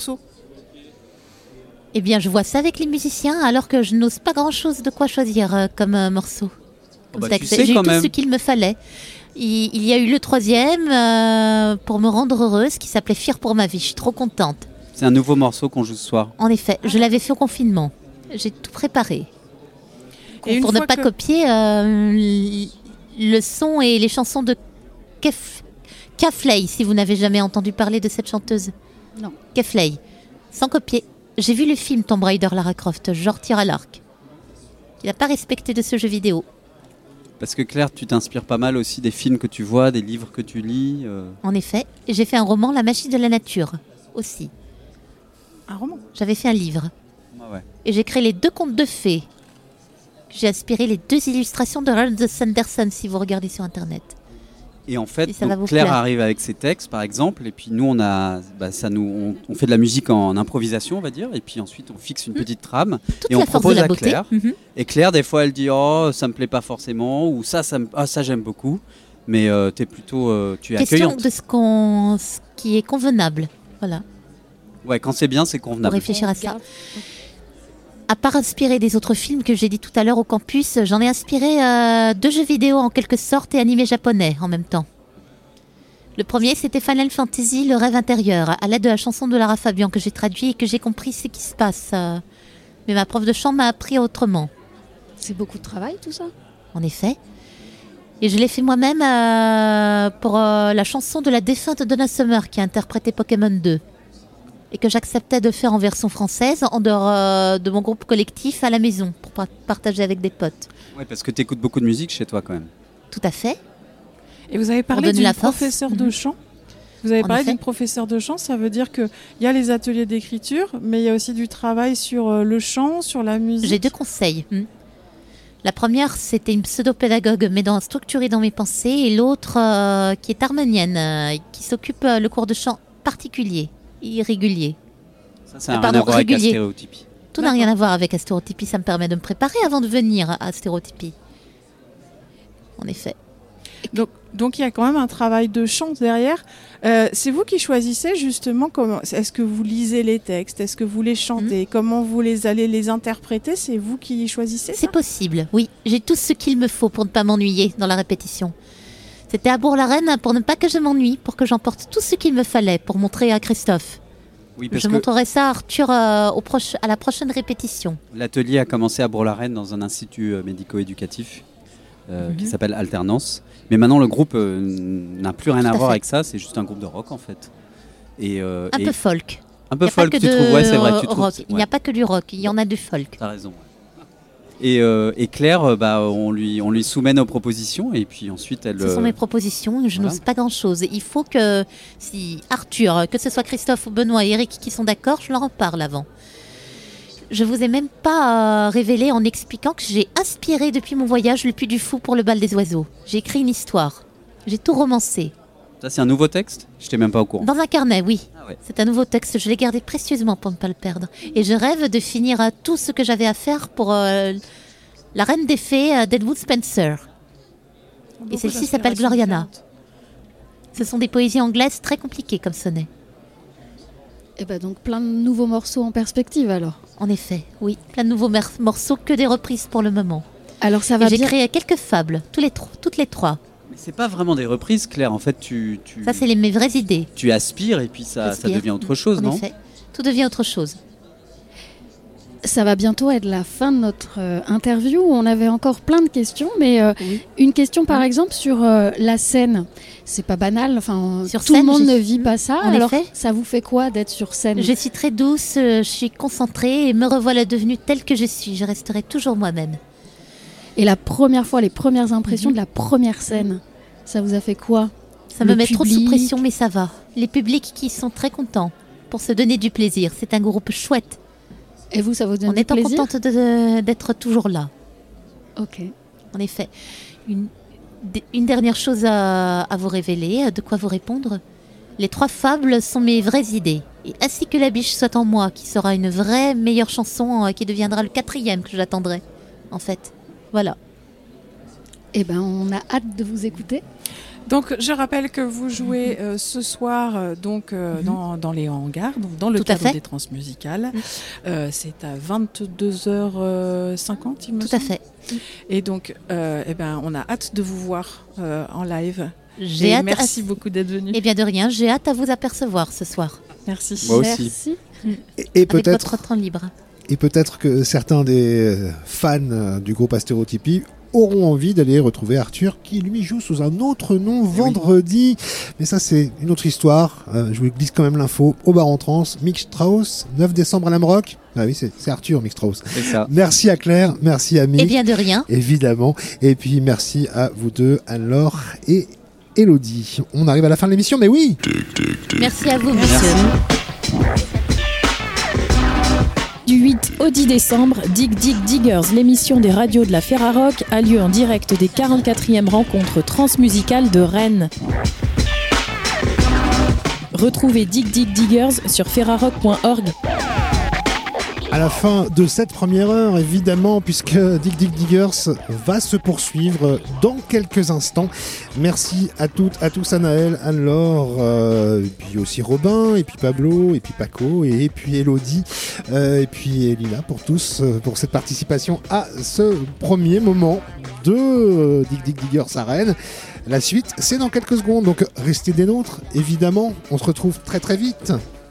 Eh bien, je vois ça avec les musiciens, alors que je n'ose pas grand-chose de quoi choisir euh, comme euh, morceau. Comme bah, ça, tu que sais j'ai eu quand tout même. ce qu'il me fallait. Il, il y a eu le troisième euh, pour me rendre heureuse, qui s'appelait Fier pour ma vie. Je suis trop contente. C'est un nouveau morceau qu'on joue ce soir. En effet, je l'avais fait au confinement. J'ai tout préparé. Et une pour ne fois pas que- copier euh, l- le son et les chansons de Kef... Kafley, si vous n'avez jamais entendu parler de cette chanteuse. Non. Kefley. Sans copier. J'ai vu le film Tomb Raider Lara Croft, genre tir à l'arc. Il n'a pas respecté de ce jeu vidéo. Parce que Claire, tu t'inspires pas mal aussi des films que tu vois, des livres que tu lis. euh. En effet, j'ai fait un roman, La magie de la nature, aussi. Un roman ? J'avais fait un livre. Ah ouais. Et j'ai créé les deux contes de fées. J'ai inspiré les deux illustrations de Ronald Sanderson, si vous regardez sur Internet. Et en fait, Et ça va donc, vous Claire plaire. arrive avec ses textes, par exemple, et puis nous, on a, bah, ça nous, on, on fait de la musique en improvisation, on va dire, et puis ensuite, on fixe une petite trame Toute et on la force propose de la à beauté. Claire. Mhm. Et Claire, des fois, elle dit, oh, ça me plaît pas forcément, ou ça, ça, me- ah, ça j'aime beaucoup, mais euh, t'es plutôt, euh, tu es Question accueillante. de ce, qu'on, ce qui est convenable. Voilà. Ouais, quand c'est bien, c'est Pour convenable. réfléchir à ça. À part inspirer des autres films que j'ai dit tout à l'heure au campus, j'en ai inspiré euh, deux jeux vidéo en quelque sorte et animés japonais en même temps. Le premier, c'était Final Fantasy, le rêve intérieur, à l'aide de la chanson de Lara Fabian que j'ai traduit et que j'ai compris ce qui se passe. euh. Mais ma prof de chant m'a appris autrement. C'est beaucoup de travail tout ça ? En effet. Et je l'ai fait moi-même euh, pour euh, la chanson de la défunte Donna Summer qui a interprété Pokémon deux. Et que j'acceptais de faire en version française en dehors euh, de mon groupe collectif à la maison pour pa- partager avec des potes. Ouais, parce que tu écoutes beaucoup de musique chez toi quand même. Tout à fait. Et vous avez Pour parlé donner d'une la force. professeure de Mhm. chant. Vous avez En parlé effet. d'une professeure de chant, ça veut dire qu'il y a les ateliers d'écriture, mais il y a aussi du travail sur euh, le chant, sur la musique. J'ai deux conseils. Hmm. La première, c'était une pseudo-pédagogue, mais dans, structurée dans mes pensées, et l'autre, euh, qui est arménienne, euh, qui s'occupe euh, le cours de chant particulier, irrégulier. Ça, ça Ah, n'a pardon, rien à voir avec la régulier. stéréotypie. Tout n'a rien à voir avec la stéréotypie, ça me permet de me préparer avant de venir à stéréotypie. En effet. Donc, donc il y a quand même un travail de chant derrière. Euh, c'est vous qui choisissez justement comment. Est-ce que vous lisez les textes? Est-ce que vous les chantez? Comment vous les allez les interpréter? C'est vous qui choisissez ça? C'est possible, oui. J'ai tout ce qu'il me faut pour ne pas m'ennuyer dans la répétition. C'était à Bourg-la-Reine pour ne pas que je m'ennuie, pour que j'emporte tout ce qu'il me fallait pour montrer à Christophe. Oui, parce je que montrerai ça à Arthur euh, au proche, à la prochaine répétition. l'atelier a commencé à Bourg-la-Reine dans un institut euh, médico-éducatif euh, Mhm. qui s'appelle Alternance. Mais maintenant, le groupe euh, n'a plus rien Tout à, à voir fait. avec ça. C'est juste un groupe de rock en fait. Et, euh, Un et- peu folk. Un peu Il y a pas folk, que tu de trouves? Ouais, c'est vrai. Tu trouves, rock. Il n'y a ouais. pas que du rock, il y en a du folk. T'as raison. ouais. Et, euh, et Claire, euh, bah, on, lui, on lui soumet nos propositions et puis ensuite elle. Ce sont euh, mes propositions, je voilà. n'ose pas grand-chose. Il faut que si Arthur, que ce soit Christophe ou Benoît et Eric qui sont d'accord, je leur en parle avant. Je vous ai même pas euh, révélé en expliquant que j'ai inspiré depuis mon voyage le Puy du Fou pour le bal des oiseaux. J'ai écrit une histoire. J'ai tout romancé. Ça, c'est un nouveau texte? Je n'étais même pas au courant. Dans un carnet, oui. Ah ouais. C'est un nouveau texte, je l'ai gardé précieusement pour ne pas le perdre. Et je rêve de finir euh, tout ce que j'avais à faire pour euh, La Reine des Fées euh, d'Edmund Spencer. Et celle-ci s'appelle Gloriana. Ce sont des poésies anglaises très compliquées comme sonnet. Et bah donc plein de nouveaux morceaux en perspective alors. En effet, oui. Plein de nouveaux mer- morceaux, que des reprises pour le moment. Alors ça va Et j'ai bien. créé quelques fables, tous les tro- toutes les trois. Mais c'est pas vraiment des reprises, Claire. En fait, tu, tu, Ça, c'est les, mes vraies idées. tu aspires et puis ça, ça J'aspire. devient autre chose, En non? effet, tout devient autre chose. Ça va bientôt être la fin de notre euh, interview. On avait encore plein de questions, mais euh, une question par exemple sur euh, la scène. C'est pas banal, enfin Sur tout scène, le monde je- ne vit pas ça. En Alors effet. ça vous fait quoi d'être sur scène? Je suis très douce, euh, je suis concentrée et me revoilà devenue telle que je suis. Je resterai toujours moi-même. Et la première fois, les premières impressions de la première scène, ça vous a fait quoi? Ça Le me met trop sous public. pression, mais ça va. Les publics qui sont très contents pour se donner du plaisir. C'est un groupe chouette. Et vous, ça vous donne En du étant plaisir? contente de- d'être toujours là. Ok. En effet. Une, d- une dernière chose à, à vous révéler, de quoi vous répondre. Les trois fables sont mes vraies idées. Et ainsi que la biche soit en moi, qui sera une vraie meilleure chanson, euh, qui deviendra le quatrième que j'attendrai. En fait. Voilà. Eh ben, on a hâte de vous écouter. Donc, je rappelle que vous jouez euh, ce soir euh, donc euh, Mhm. dans, dans les hangars, donc dans le Tout à cadre fait. des transmusicales. Euh, c'est à vingt-deux heures cinquante, il me Tout à semble. fait. Et donc, euh, eh ben, on a hâte de vous voir euh, en live. J'ai Et hâte merci à- beaucoup d'être venu. Eh bien de rien, j'ai hâte à vous apercevoir ce soir. Merci. Moi aussi. Merci. Et, et Avec peut-être votre temps libre. et peut-être que certains des euh, fans euh, du groupe Astérotypie auront envie d'aller retrouver Arthur qui lui joue sous un autre nom vendredi. Mais ça c'est une autre histoire. Euh, je vous glisse quand même l'info. Au bar en trans, Mick Strauss, neuf décembre à l'Amrock. Ah oui, c'est c'est Arthur Mick Strauss. C'est ça. Merci à Claire, merci à Mick. Eh bien de rien. Évidemment. Et puis merci à vous deux, Anne-Laure et Elodie. On arrive à la fin de l'émission, mais oui. Merci à vous, monsieur. Du huit au dix décembre, Dig Dig Diggers, l'émission des radios de la Ferrarock, a lieu en direct des quarante-quatrièmes rencontres transmusicales de Rennes. Retrouvez Dig Dig Diggers sur ferrarock point org. à la fin de cette première heure, évidemment, puisque Dig Dig Diggers va se poursuivre dans quelques instants. Merci à toutes, à tous, Anaël, Anne-Laure, euh, et puis aussi Robin, et puis Pablo, et puis Paco, et puis Elodie, euh, et puis Elina, pour tous, euh, pour cette participation à ce premier moment de euh, Dig Dig Diggers à Rennes. La suite, c'est dans quelques secondes, donc restez des nôtres, évidemment. On se retrouve très très vite.